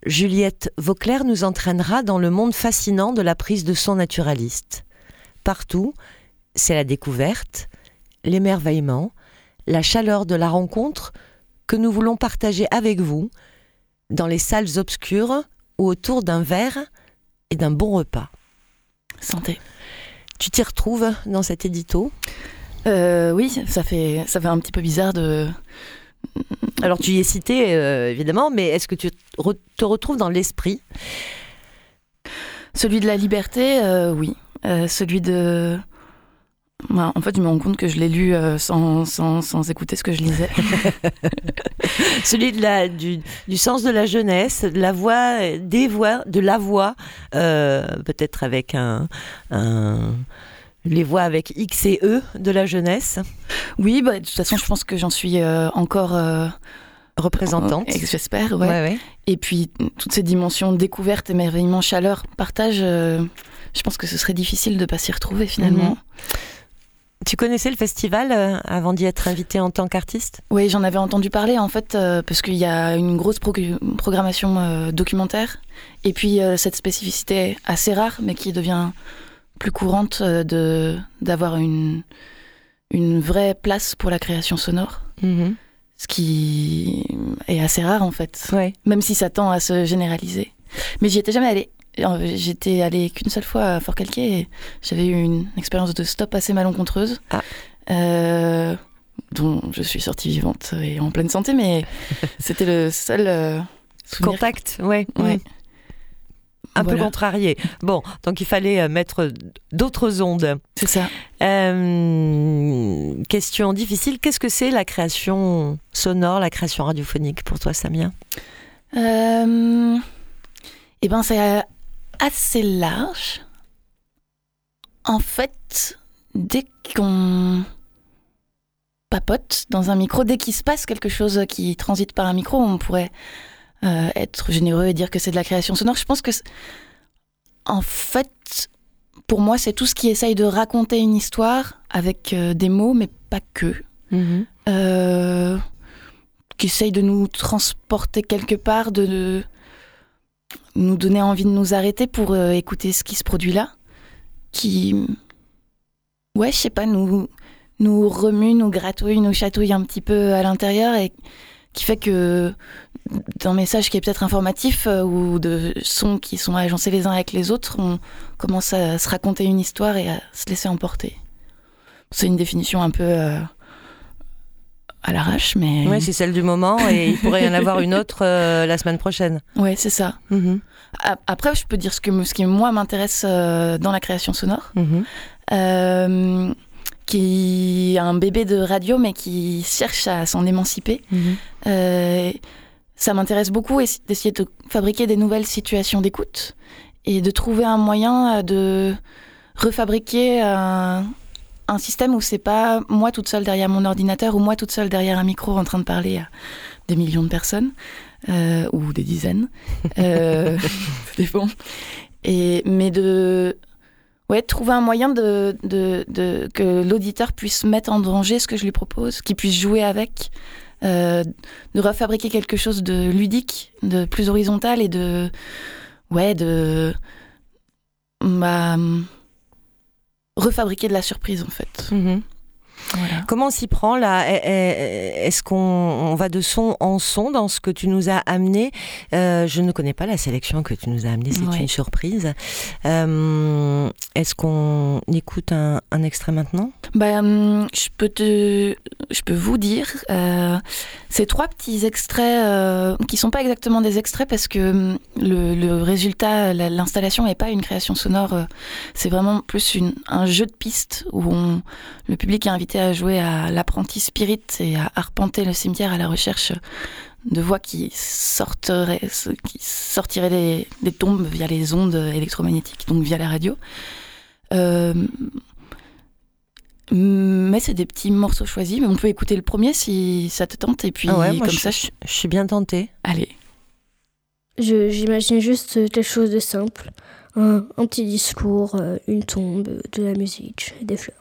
Juliette Vauclair nous entraînera dans le monde fascinant de la prise de son naturaliste. Partout, c'est la découverte, l'émerveillement, la chaleur de la rencontre que nous voulons partager avec vous dans les salles obscures ou autour d'un verre et d'un bon repas. Santé. Tu t'y retrouves dans cet édito ? euh, Oui, ça fait, ça fait un petit peu bizarre de... Alors tu y es cité euh, évidemment, mais est-ce que tu re- te retrouves dans l'esprit ? Celui de la liberté, euh, oui. Euh, celui de... Bah, en fait, je me rends compte que je l'ai lu euh, sans, sans, sans écouter ce que je lisais. Celui de la, du, du sens de la jeunesse, de la voix, des voix, de la voix, euh, peut-être avec un, un, les voix avec X et E de la jeunesse. Oui, bah, de toute façon, je pense que j'en suis euh, encore euh, représentante. Euh, j'espère, ouais. ouais, ouais. Et puis, toutes ces dimensions découverte, émerveillement, chaleur, partage, euh, je pense que ce serait difficile de ne pas s'y retrouver finalement. Mm-hmm. Tu connaissais le festival euh, avant d'y être invitée en tant qu'artiste ? Oui, j'en avais entendu parler en fait, euh, parce qu'il y a une grosse pro- programmation euh, documentaire, et puis euh, cette spécificité assez rare, mais qui devient plus courante, euh, de, d'avoir une, une vraie place pour la création sonore, mm-hmm. ce qui est assez rare en fait, ouais. Même si ça tend à se généraliser. Mais j'y étais jamais allée. J'étais allée qu'une seule fois à Forcalquier et j'avais eu une expérience de stop assez malencontreuse, ah. euh, dont je suis sortie vivante et en pleine santé, mais c'était le seul euh, souvenir. Contact, ouais. ouais. Mmh. Un voilà. peu contrarié. Bon, donc il fallait mettre d'autres ondes. C'est ça. Euh, question difficile, qu'est-ce que c'est la création sonore, la création radiophonique pour toi, Samia ? euh, Eh ben, c'est assez large. En fait, dès qu'on papote dans un micro, dès qu'il se passe quelque chose qui transite par un micro, on pourrait euh, être généreux et dire que c'est de la création sonore. Je pense que, en fait, pour moi, c'est tout ce qui essaye de raconter une histoire avec euh, des mots, mais pas que. Mm-hmm. Euh, qui essaye de nous transporter quelque part, de... de nous donner envie de nous arrêter pour euh, écouter ce qui se produit là, qui, ouais, je sais pas, nous, nous remue, nous gratouille, nous chatouille un petit peu à l'intérieur et qui fait que d'un message qui est peut-être informatif euh, ou de sons qui sont agencés les uns avec les autres, on commence à se raconter une histoire et à se laisser emporter. C'est une définition un peu euh, à l'arrache, mais... Oui, c'est celle du moment et il pourrait y en avoir une autre euh, la semaine prochaine. Ouais, c'est ça. Mm-hmm. Après, je peux dire ce, que, ce qui, moi, m'intéresse euh, dans la création sonore, mm-hmm. euh, qui est un bébé de radio, mais qui cherche à s'en émanciper. Mm-hmm. Euh, ça m'intéresse beaucoup d'essayer de fabriquer des nouvelles situations d'écoute et de trouver un moyen de refabriquer un... un système où c'est pas moi toute seule derrière mon ordinateur ou moi toute seule derrière un micro en train de parler à des millions de personnes euh, ou des dizaines, euh, ça dépend. Et mais de ouais trouver un moyen de, de, de que l'auditeur puisse mettre en danger ce que je lui propose, qu'il puisse jouer avec, euh, de refabriquer quelque chose de ludique, de plus horizontal et de ouais de bah, refabriquer de la surprise en fait. Mm-hmm. Voilà. Comment on s'y prend là ? Est-ce qu'on on va de son en son dans ce que tu nous as amené ? euh, Je ne connais pas la sélection que tu nous as amenée, c'est ouais. une surprise. Euh, est-ce qu'on écoute un, un extrait maintenant ? Bah, je peux te, je peux vous dire, euh, ces trois petits extraits euh, qui sont pas exactement des extraits parce que le, le résultat, la, l'installation n'est pas une création sonore. Euh, c'est vraiment plus une, un jeu de pistes où on, le public est invité à jouer à l'apprenti spirit et à arpenter le cimetière à la recherche de voix qui sortiraient, qui sortiraient des, des tombes via les ondes électromagnétiques, donc via la radio. Euh, mais c'est des petits morceaux choisis, mais on peut écouter le premier si ça te tente, et puis ah ouais, moi comme je, ça... Je, je suis bien tentée. Allez. Je, j'imagine juste quelque chose de simple, un, un petit discours, une tombe, de la musique, des fleurs.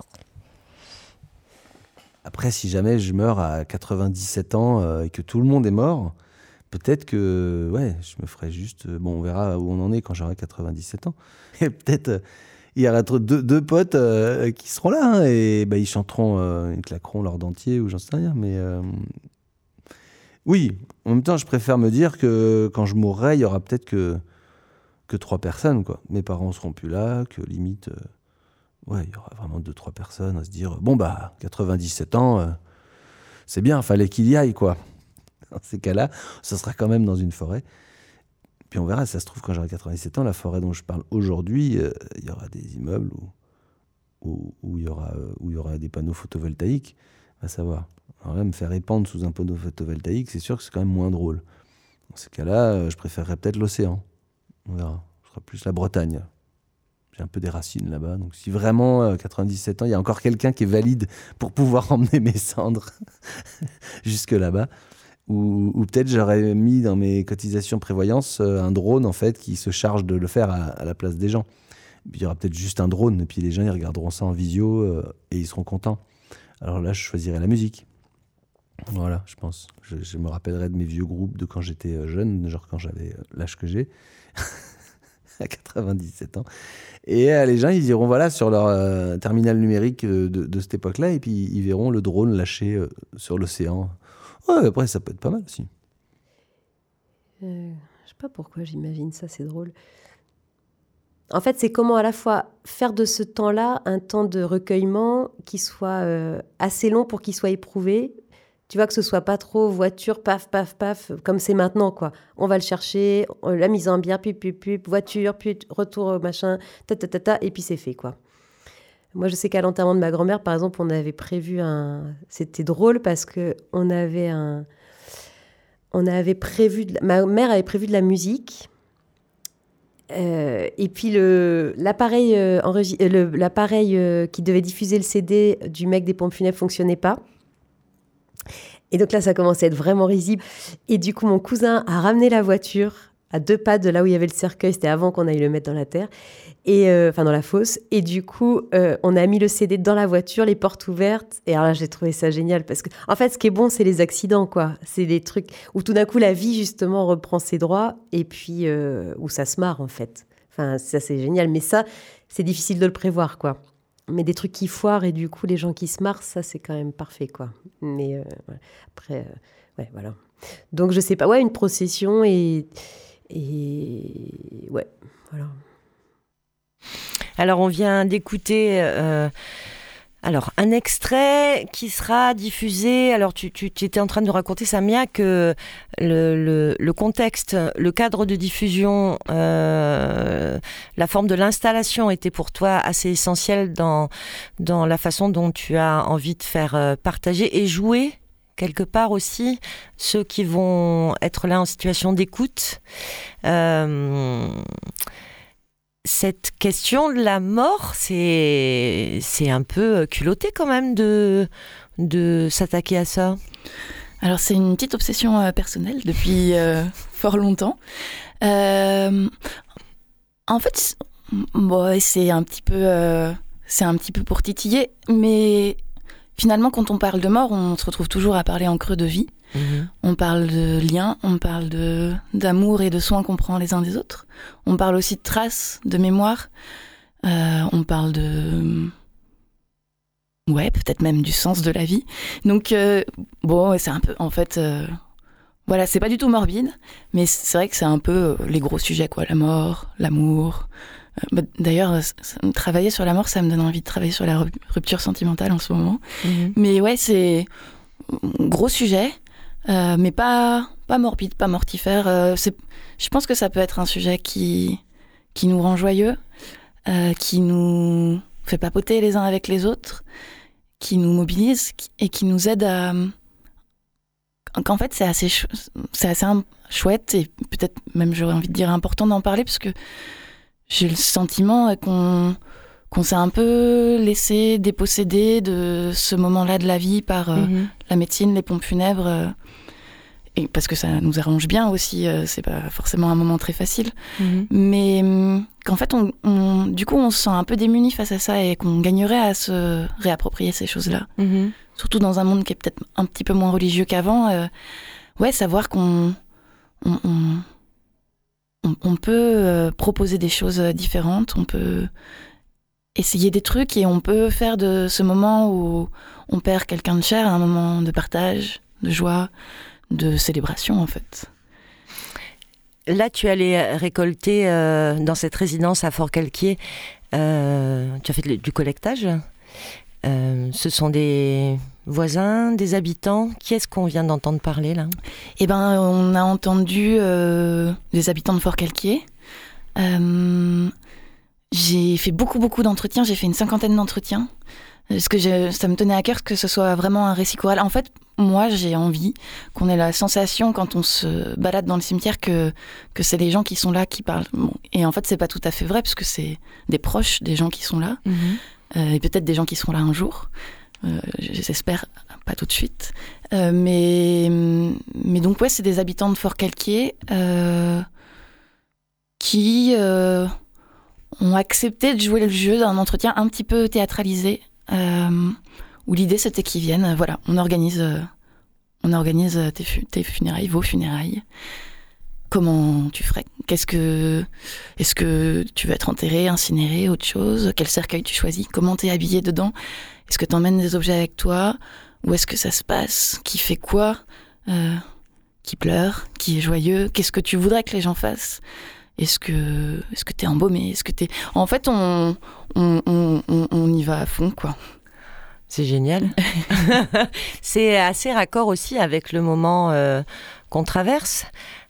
Après, si jamais je meurs à quatre-vingt-dix-sept ans euh, et que tout le monde est mort, peut-être que ouais, je me ferai juste... Bon, on verra où on en est quand j'aurai quatre-vingt-dix-sept ans. Et peut-être, euh, il y aura deux, deux potes euh, qui seront là, hein, et bah, ils chanteront, euh, ils claqueront leur dentier, ou j'en sais rien, mais... Euh, oui, en même temps, je préfère me dire que quand je mourrai, il y aura peut-être que, que trois personnes, quoi. Mes parents seront plus là, que limite... Euh, ouais, il y aura vraiment deux, trois personnes à se dire, bon, bah, quatre-vingt-dix-sept ans, euh, c'est bien, fallait qu'il y aille, quoi. Dans ces cas-là, ça sera quand même dans une forêt. Puis on verra, ça se trouve, quand j'aurai quatre-vingt-dix-sept ans, la forêt dont je parle aujourd'hui, euh, il y aura des immeubles où, où, où, il y aura, euh, où il y aura des panneaux photovoltaïques, à savoir. Alors là, me faire épandre sous un panneau photovoltaïque, c'est sûr que c'est quand même moins drôle. Dans ces cas-là, euh, je préférerais peut-être l'océan. On verra. Ce sera plus la Bretagne. J'ai un peu des racines là-bas. Donc si vraiment, euh, quatre-vingt-dix-sept ans, il y a encore quelqu'un qui est valide pour pouvoir emmener mes cendres jusque là-bas, ou, ou peut-être j'aurais mis dans mes cotisations prévoyance euh, un drone, en fait, qui se charge de le faire à, à la place des gens. Puis il y aura peut-être juste un drone, et puis les gens, ils regarderont ça en visio euh, et ils seront contents. Alors là, je choisirais la musique. Voilà, je pense. Je, je me rappellerai de mes vieux groupes de quand j'étais jeune, genre quand j'avais l'âge que j'ai, à quatre-vingt-dix-sept ans. Et euh, les gens, ils iront voilà, sur leur euh, terminal numérique de, de cette époque-là, et puis ils verront le drone lâché euh, sur l'océan. Ouais, après, ça peut être pas mal aussi. Euh, je sais pas pourquoi j'imagine ça, c'est drôle. En fait, c'est comment à la fois faire de ce temps-là un temps de recueillement qui soit euh, assez long pour qu'il soit éprouvé. Tu vois, que ce soit pas trop voiture, paf, paf, paf, comme c'est maintenant, quoi. On va le chercher, la mise en bière, puis, puis, puis, voiture, puis retour, machin, ta, ta, ta, ta, et puis c'est fait, quoi. Moi, je sais qu'à l'enterrement de ma grand-mère, par exemple, on avait prévu un... C'était drôle parce qu'on avait un... On avait prévu... De... Ma mère avait prévu de la musique. Euh, et puis, le... l'appareil, euh, enregis... le... l'appareil euh, qui devait diffuser le C D du mec des pompes funèbres ne fonctionnait pas. Et donc là, ça commençait à être vraiment risible. Et du coup, mon cousin a ramené la voiture à deux pas de là où il y avait le cercueil. C'était avant qu'on aille le mettre dans la terre, et euh, enfin dans la fosse. Et du coup, euh, on a mis le C D dans la voiture, les portes ouvertes. Et alors là, j'ai trouvé ça génial parce que, en fait, ce qui est bon, c'est les accidents, quoi. C'est des trucs où tout d'un coup, la vie, justement, reprend ses droits, et puis euh, où ça se marre, en fait. Enfin, ça, c'est génial. Mais ça, c'est difficile de le prévoir, quoi. Mais des trucs qui foirent et du coup, les gens qui se marrent, ça, c'est quand même parfait, quoi. Mais euh, ouais. Après, euh, ouais, voilà. Donc, je sais pas. Ouais, une procession et... Et... Ouais, voilà. Alors, on vient d'écouter... Euh... Alors, un extrait qui sera diffusé... Alors, tu, tu, tu étais en train de nous raconter, Samia, que le, le, le contexte, le cadre de diffusion, euh, la forme de l'installation était pour toi assez essentielle dans, dans la façon dont tu as envie de faire partager et jouer, quelque part aussi, ceux qui vont être là en situation d'écoute. Euh... Cette question de la mort, c'est, c'est un peu culotté quand même de, de s'attaquer à ça. Alors c'est une petite obsession euh, personnelle depuis euh, fort longtemps. Euh, en fait, bon, c'est un petit peu, euh, c'est un petit peu pour titiller, mais finalement quand on parle de mort, on se retrouve toujours à parler en creux de vie. Mmh. On parle de liens, on parle de, d'amour et de soins qu'on prend les uns des autres. On parle aussi de traces, de mémoire. Euh, on parle de... Ouais, peut-être même du sens de la vie. Donc, euh, bon, c'est un peu... En fait, euh, voilà, c'est pas du tout morbide, mais c'est vrai que c'est un peu les gros sujets, quoi. La mort, l'amour... Euh, bah, d'ailleurs, travailler sur la mort, ça me donne envie de travailler sur la rupture sentimentale en ce moment. Mmh. Mais ouais, c'est... Gros sujet... Euh, mais pas, pas morbide, pas mortifère. Euh, c'est, je pense que ça peut être un sujet qui, qui nous rend joyeux, euh, qui nous fait papoter les uns avec les autres, qui nous mobilise et qui nous aide à... Qu'en fait, c'est assez, ch- c'est assez chouette et peut-être même, j'aurais envie de dire, important d'en parler parce que j'ai le sentiment qu'on, qu'on s'est un peu laissé déposséder de ce moment-là de la vie par euh, mmh. la médecine, les pompes funèbres. Euh, et parce que ça nous arrange bien aussi, euh, c'est pas forcément un moment très facile. Mmh. Mais euh, qu'en fait, on, on, du coup, on se sent un peu démuni face à ça et qu'on gagnerait à se réapproprier ces choses-là. Mmh. Surtout dans un monde qui est peut-être un petit peu moins religieux qu'avant. Euh, ouais, savoir qu'on on, on, on, on peut euh, proposer des choses différentes, on peut essayer des trucs et on peut faire de ce moment où on perd quelqu'un de cher un moment de partage, de joie, de célébration en fait. Là, tu allais récolter euh, dans cette résidence à Forcalquier, euh, tu as fait du collectage. Euh, ce sont des voisins, des habitants. Qui est-ce qu'on vient d'entendre parler là ? Eh ben, on a entendu euh, des habitants de Forcalquier. Euh, j'ai fait beaucoup, beaucoup d'entretiens. J'ai fait une cinquantaine d'entretiens. Parce que je, ça me tenait à cœur que ce soit vraiment un récit choral. En fait, moi, j'ai envie qu'on ait la sensation, quand on se balade dans le cimetière, que, que c'est les gens qui sont là qui parlent. Bon, et en fait, c'est pas tout à fait vrai, parce que c'est des proches des gens qui sont là. Mmh. Euh, et peut-être des gens qui seront là un jour. Euh, j'espère pas tout de suite. Euh, mais, mais donc, ouais, c'est des habitants de Forcalquier euh, qui euh, ont accepté de jouer le jeu d'un entretien un petit peu théâtralisé. Euh, où l'idée c'était qu'ils viennent, voilà, on organise, euh, on organise tes, fu- tes funérailles, vos funérailles. Comment tu ferais ? Qu'est-ce que, est-ce que tu veux être enterré, incinéré, autre chose ? Quel cercueil tu choisis ? Comment t'es habillé dedans ? Est-ce que t'emmènes des objets avec toi ? Où est-ce que ça se passe ? Qui fait quoi ? euh, Qui pleure ? Qui est joyeux ? Qu'est-ce que tu voudrais que les gens fassent ? Est-ce que, est-ce que t'es embaumé ? Est-ce que t'es... En fait, on, on, on, on, on y va à fond, quoi. C'est génial. C'est assez raccord aussi avec le moment euh, qu'on traverse.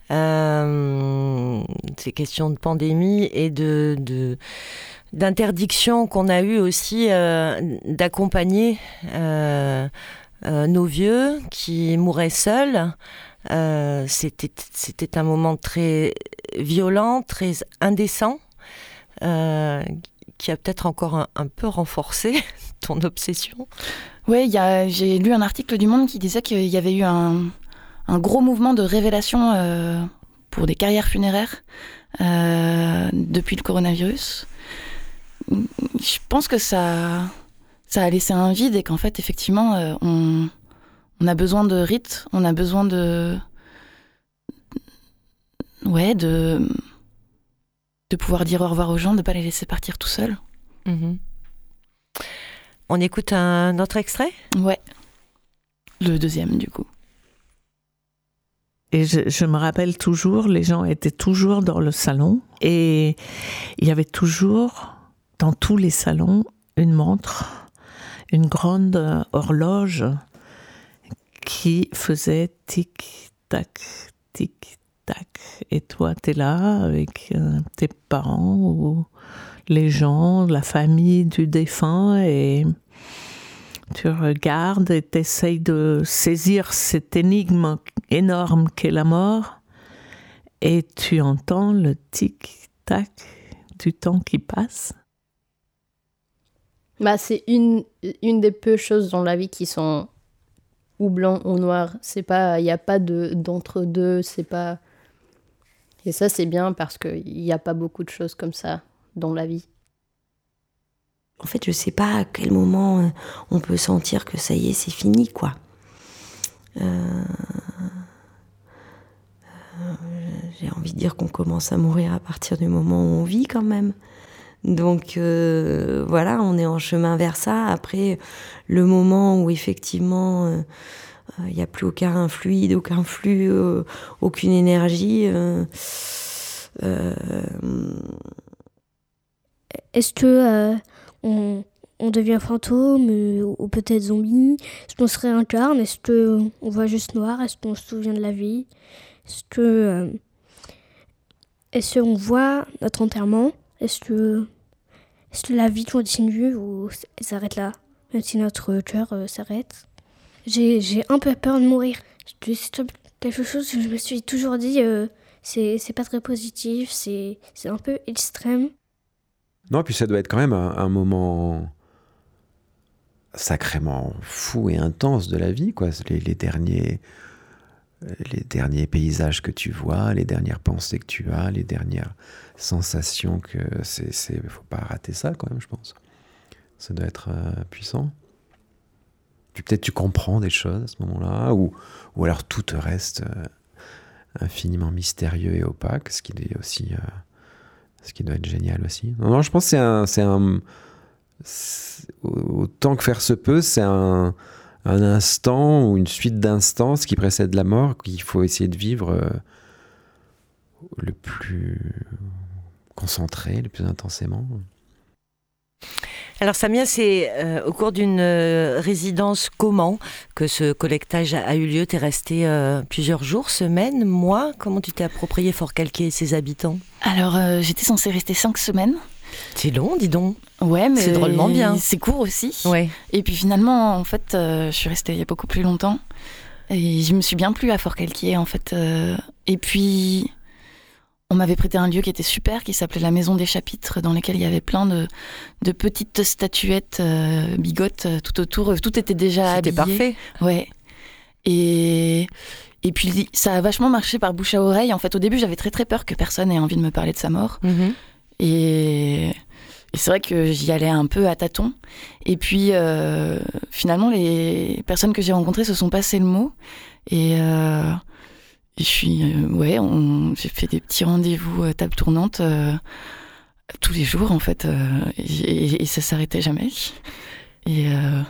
Euh, ces questions de pandémie et de, de, d'interdiction qu'on a eu aussi euh, d'accompagner euh, euh, nos vieux qui mouraient seuls. Euh, c'était, c'était un moment très violent, très indécent, euh, qui a peut-être encore un, un peu renforcé ton obsession. Oui, j'ai lu un article du Monde qui disait qu'il y avait eu un, un gros mouvement de révélation euh, pour des carrières funéraires euh, depuis le coronavirus. Je pense que ça, ça a laissé un vide et qu'en fait, effectivement, euh, on, on a besoin de rites, on a besoin de... Ouais, de... de pouvoir dire au revoir aux gens, de ne pas les laisser partir tout seuls. Mmh. On écoute un autre extrait ? Ouais, le deuxième du coup. Et je, je me rappelle toujours, les gens étaient toujours dans le salon et il y avait toujours, dans tous les salons, une montre, une grande horloge qui faisait tic-tac, tic-tac. Et toi, t'es là avec euh, tes parents ou les gens, la famille du défunt et tu regardes et t'essayes de saisir cette énigme énorme qu'est la mort et tu entends le tic-tac du temps qui passe. Bah, c'est une, une des peu choses dans la vie qui sont ou blanc ou noir. C'est pas, il n'y a pas de, d'entre-deux, c'est pas... Et ça, c'est bien parce qu'il n'y a pas beaucoup de choses comme ça dans la vie. En fait, je sais pas à quel moment on peut sentir que ça y est, c'est fini, quoi. Euh... Euh, j'ai envie de dire qu'on commence à mourir à partir du moment où on vit, quand même. Donc, euh, voilà, on est en chemin vers ça. Après, le moment où, effectivement, il euh, n'y a plus aucun fluide, aucun flux, euh, aucune énergie... Euh, euh... Est-ce que... Euh... On, on devient fantôme euh, ou peut-être zombie? Est-ce qu'on se réincarne? Est-ce qu'on voit juste noir? Est-ce qu'on se souvient de la vie? Est-ce que euh, est-ce qu'on voit notre enterrement? Est-ce que est-ce que la vie continue ou elle s'arrête là, même si notre cœur euh, s'arrête? J'ai j'ai un peu peur de mourir. C'est quelque chose que je me suis toujours dit. Euh, c'est c'est pas très positif. C'est c'est un peu extrême. Non, puis ça doit être quand même un, un moment sacrément fou et intense de la vie, quoi. Les, les, derniers, les derniers paysages que tu vois, les dernières pensées que tu as, les dernières sensations que... c'est, c'est, faut pas rater ça, quand même, je pense. Ça doit être euh, puissant. Puis peut-être tu comprends des choses à ce moment-là, ou, ou alors tout te reste euh, infiniment mystérieux et opaque, ce qui est aussi, euh, ce qui doit être génial aussi. Non, non, je pense que c'est un, c'est un, c'est, autant que faire se peut, c'est un, un instant ou une suite d'instants qui précède la mort qu'il faut essayer de vivre euh, le plus concentré, le plus intensément. Alors Samia, c'est euh, au cours d'une euh, résidence comment que ce collectage a, a eu lieu? T'es resté euh, plusieurs jours, semaines, mois? Comment tu t'es approprié Forcalquier et ses habitants? Alors, euh, j'étais censée rester cinq semaines. C'est long, dis donc. Ouais, mais c'est drôlement bien. C'est court aussi. Ouais. Et puis finalement, en fait, euh, je suis restée il y a beaucoup plus longtemps. Et je me suis bien plu à Forcalquier, en fait. Euh, et puis... On m'avait prêté un lieu qui était super, qui s'appelait la Maison des Chapitres, dans lequel il y avait plein de, de petites statuettes euh, bigotes euh, tout autour. Tout était déjà C'était habillé. parfait. Ouais. Et, et puis, ça a vachement marché par bouche à oreille. En fait, au début, j'avais très très peur que personne ait envie de me parler de sa mort. Mm-hmm. Et, et c'est vrai que j'y allais un peu à tâtons. Et puis, euh, finalement, les personnes que j'ai rencontrées se sont passées le mot. Et... Euh, Et je suis, euh, ouais, on, j'ai fait des petits rendez-vous à table tournante euh, tous les jours, en fait, euh, et, et, et ça s'arrêtait jamais. Et, euh,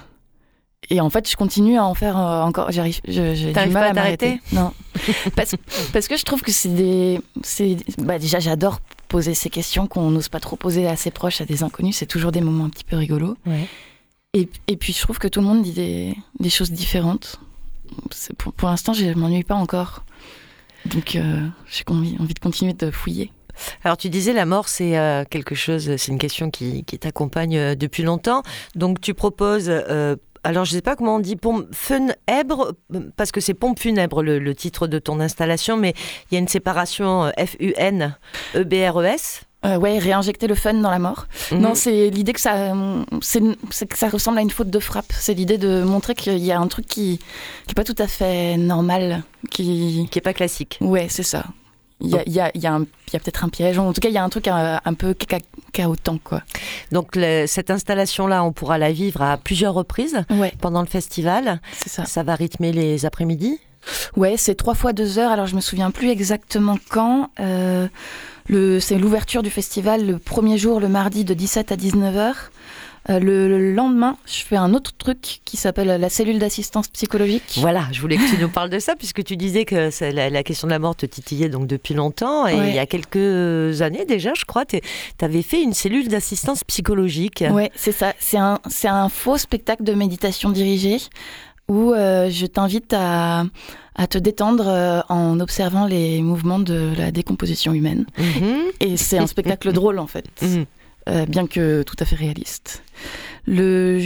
et en fait, je continue à en faire euh, encore. J'arrive, je, j'ai T'arrives du mal pas à à m'arrêter. t'arrêter? Non, parce, parce que je trouve que c'est des, c'est, bah déjà, j'adore poser ces questions qu'on n'ose pas trop poser à ses proches, à des inconnus. C'est toujours des moments un petit peu rigolos. Ouais. Et, et puis, je trouve que tout le monde dit des, des choses différentes. C'est pour, pour l'instant, je m'ennuie pas encore. Donc, euh, j'ai envie, envie de continuer de fouiller. Alors, tu disais, la mort, c'est euh, quelque chose, c'est une question qui, qui t'accompagne euh, depuis longtemps. Donc, tu proposes, euh, alors je ne sais pas comment on dit, pompe funèbre, parce que c'est pompe funèbre le, le titre de ton installation, mais il y a une séparation euh, F U N E B R E S. Euh, ouais, réinjecter le fun dans la mort. Mmh. Non, c'est l'idée que ça, c'est, c'est que ça ressemble à une faute de frappe. C'est l'idée de montrer qu'il y a un truc qui qui est pas tout à fait normal, qui qui est pas classique. Ouais, c'est ça. Il y a, il y a, il y a, un, il y a peut-être un piège. En tout cas, il y a un truc un, un peu ca- chaotant, quoi. Donc le, cette installation-là, on pourra la vivre à plusieurs reprises ouais. pendant le festival. C'est ça. Ça va rythmer les après-midi. Ouais, c'est trois fois deux heures. Alors je me souviens plus exactement quand. Euh, Le, c'est l'ouverture du festival le premier jour, le mardi de dix-sept à dix-neuf heures. Euh, le, le lendemain, je fais un autre truc qui s'appelle la cellule d'assistance psychologique. Voilà, je voulais que tu nous parles de ça, puisque tu disais que c'est la, la question de la mort te titillait donc depuis longtemps. Et ouais. il y a quelques années déjà, je crois, tu avais fait une cellule d'assistance psychologique. Oui, c'est ça. C'est un, c'est un faux spectacle de méditation dirigée où euh, je t'invite à... à te détendre euh, en observant les mouvements de la décomposition humaine. Mmh. Et c'est un spectacle drôle, en fait, mmh. euh, bien que tout à fait réaliste. Le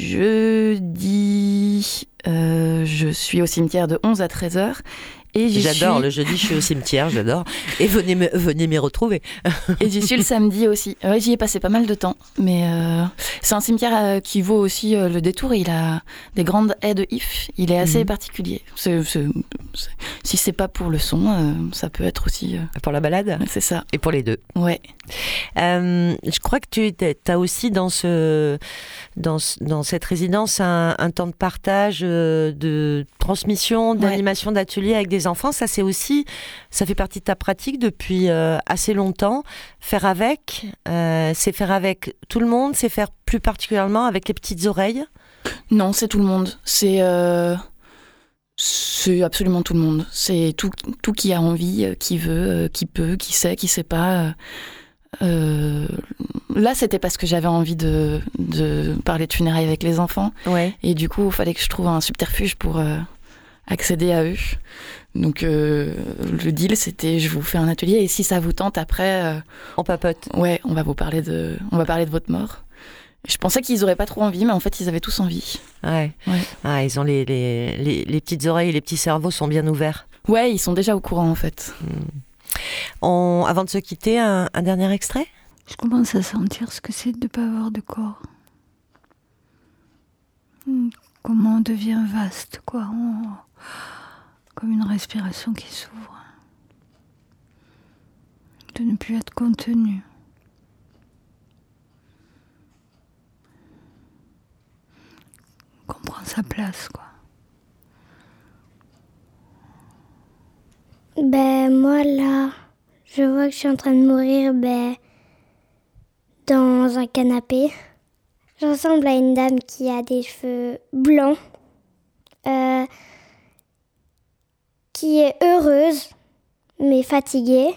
jeudi, euh, je suis au cimetière de onze à treize heures. Et j'y j'adore, suis... le jeudi, je suis au cimetière, j'adore. Et venez me, venez m'y retrouver. Et j'y suis le samedi aussi. Ouais, j'y ai passé pas mal de temps. Mais euh, c'est un cimetière euh, qui vaut aussi euh, le détour. Il a des grandes haies de ifs. Il est assez mmh. particulier. C'est, c'est, c'est, si c'est pas pour le son, euh, ça peut être aussi... Euh... Pour la balade ? C'est ça. Et pour les deux. Ouais. Euh, je crois que tu as aussi dans, ce, dans, dans cette résidence un, un temps de partage, euh, de transmission, d'animation, ouais. d'ateliers avec des enfants. Ça, c'est aussi, ça fait partie de ta pratique depuis euh, assez longtemps. Faire avec, euh, c'est faire avec tout le monde, c'est faire plus particulièrement avec les petites oreilles. Non, c'est tout le monde. C'est, euh, c'est absolument tout le monde. C'est tout, tout qui a envie, euh, qui veut, euh, qui peut, qui sait, qui sait pas. Euh, euh, là, c'était parce que j'avais envie de, de parler de funérailles avec les enfants. Ouais. Et du coup, il fallait que je trouve un subterfuge pour euh, accéder à eux. Donc, euh, le deal, c'était je vous fais un atelier et si ça vous tente, après... Euh, on papote. Ouais, on va vous parler de, on va parler de votre mort. Je pensais qu'ils n'auraient pas trop envie, mais en fait, ils avaient tous envie. Ouais. ouais. Ah, ils ont les, les, les, les petites oreilles et les petits cerveaux sont bien ouverts. Ouais, ils sont déjà au courant, en fait. Mmh. On, avant de se quitter, un, un dernier extrait ? Je commence à sentir ce que c'est de ne pas avoir de corps. Comment on devient vaste, quoi. On... Comme une respiration qui s'ouvre. De ne plus être contenu. Qu'on prend sa place, quoi. Ben, Ben moi là, je vois que je suis en train de mourir ben, dans un canapé. Je ressemble à une dame qui a des cheveux blancs, euh, qui est heureuse, mais fatiguée.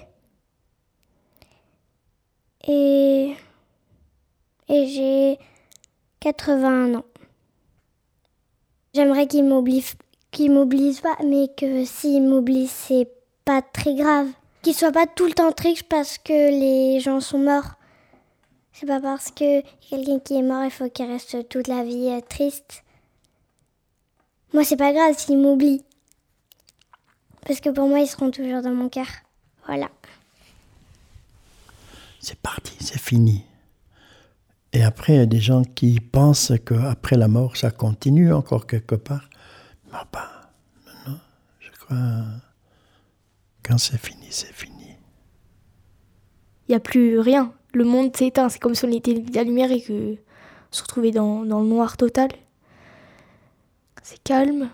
Et, et j'ai quatre-vingt-un ans. J'aimerais qu'il m'oublie, qu'il m'oublie pas, mais que s'il m'oublie, c'est pas très grave. Qu'il soit pas tout le temps triste parce que les gens sont morts. C'est pas parce que quelqu'un qui est mort, il faut qu'il reste toute la vie euh, triste. Moi, c'est pas grave s'il m'oublie. Parce que pour moi, ils seront toujours dans mon cœur. Voilà. C'est parti, c'est fini. Et après, il y a des gens qui pensent qu'après la mort, ça continue encore quelque part. Mais pas. Non, non. Je crois. Quand c'est fini, c'est fini. Il n'y a plus rien. Le monde s'éteint. C'est comme si on était la lumière et qu'on se retrouvait dans, dans le noir total. C'est calme.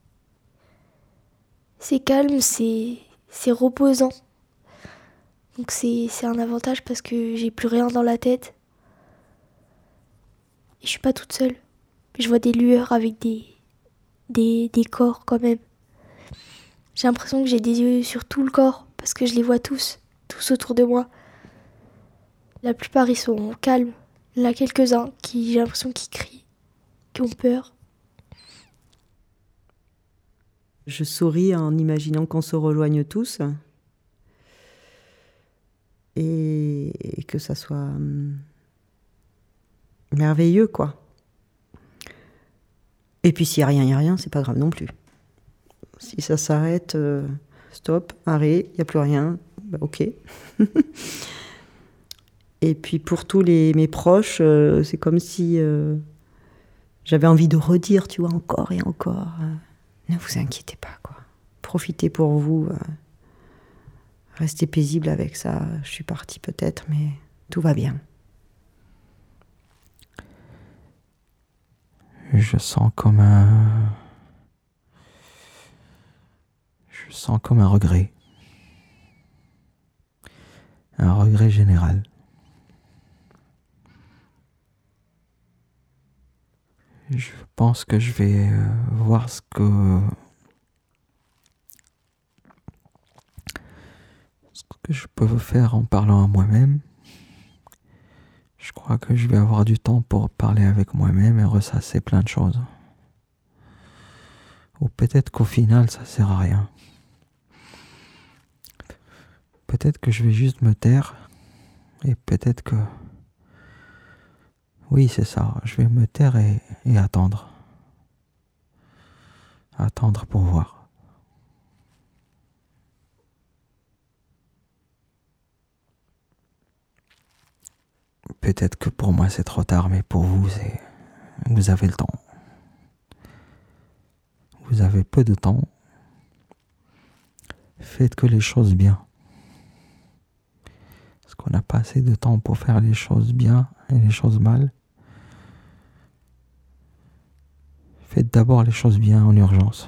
C'est calme, c'est, c'est reposant. Donc c'est, c'est un avantage parce que j'ai plus rien dans la tête. Et je suis pas toute seule. Je vois des lueurs avec des, des, des corps quand même. J'ai l'impression que j'ai des yeux sur tout le corps parce que je les vois tous, tous autour de moi. La plupart ils sont calmes. Il y en a quelques-uns qui, j'ai l'impression qu'ils crient, qui ont peur. Je souris en imaginant qu'on se rejoigne tous et, et que ça soit hum, merveilleux, quoi. Et puis s'il n'y a rien, il n'y a rien, c'est pas grave non plus. Si ça s'arrête, euh, stop, arrêt, il n'y a plus rien, bah, ok. Et puis pour tous les, mes proches, euh, c'est comme si euh, j'avais envie de redire, tu vois, encore et encore. Euh, ne vous inquiétez pas, quoi. Profitez pour vous. Euh, restez paisible avec ça. Je suis partie peut-être, mais tout va bien. Je sens comme un... Je sens comme un regret. Un regret général. Je pense que je vais euh, voir ce que... ce que je peux faire en parlant à moi-même. Je crois que je vais avoir du temps pour parler avec moi-même et ressasser plein de choses. Ou peut-être qu'au final, ça sert à rien. Peut-être que je vais juste me taire. Et peut-être que... Oui, c'est ça. Je vais me taire et, et attendre. Attendre pour voir. Peut-être que pour moi c'est trop tard, mais pour vous, c'est... vous avez le temps. Vous avez peu de temps. Faites que les choses bien. Parce qu'on n'a pas assez de temps pour faire les choses bien et les choses mal. Faites d'abord les choses bien en urgence.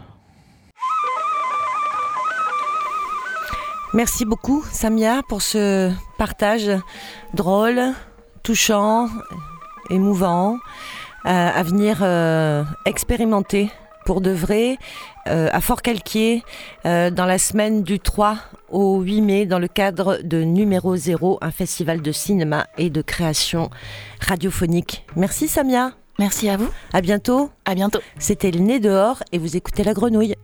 Merci beaucoup, Samia, pour ce partage drôle, touchant, émouvant, euh, à venir euh, expérimenter pour de vrai euh, à Forcalquier euh, dans la semaine du trois au huit mai dans le cadre de Numéro Zéro, un festival de cinéma et de création radiophonique. Merci Samia. Merci à vous. À bientôt. À bientôt. C'était Le Nez dehors et vous écoutez La Grenouille.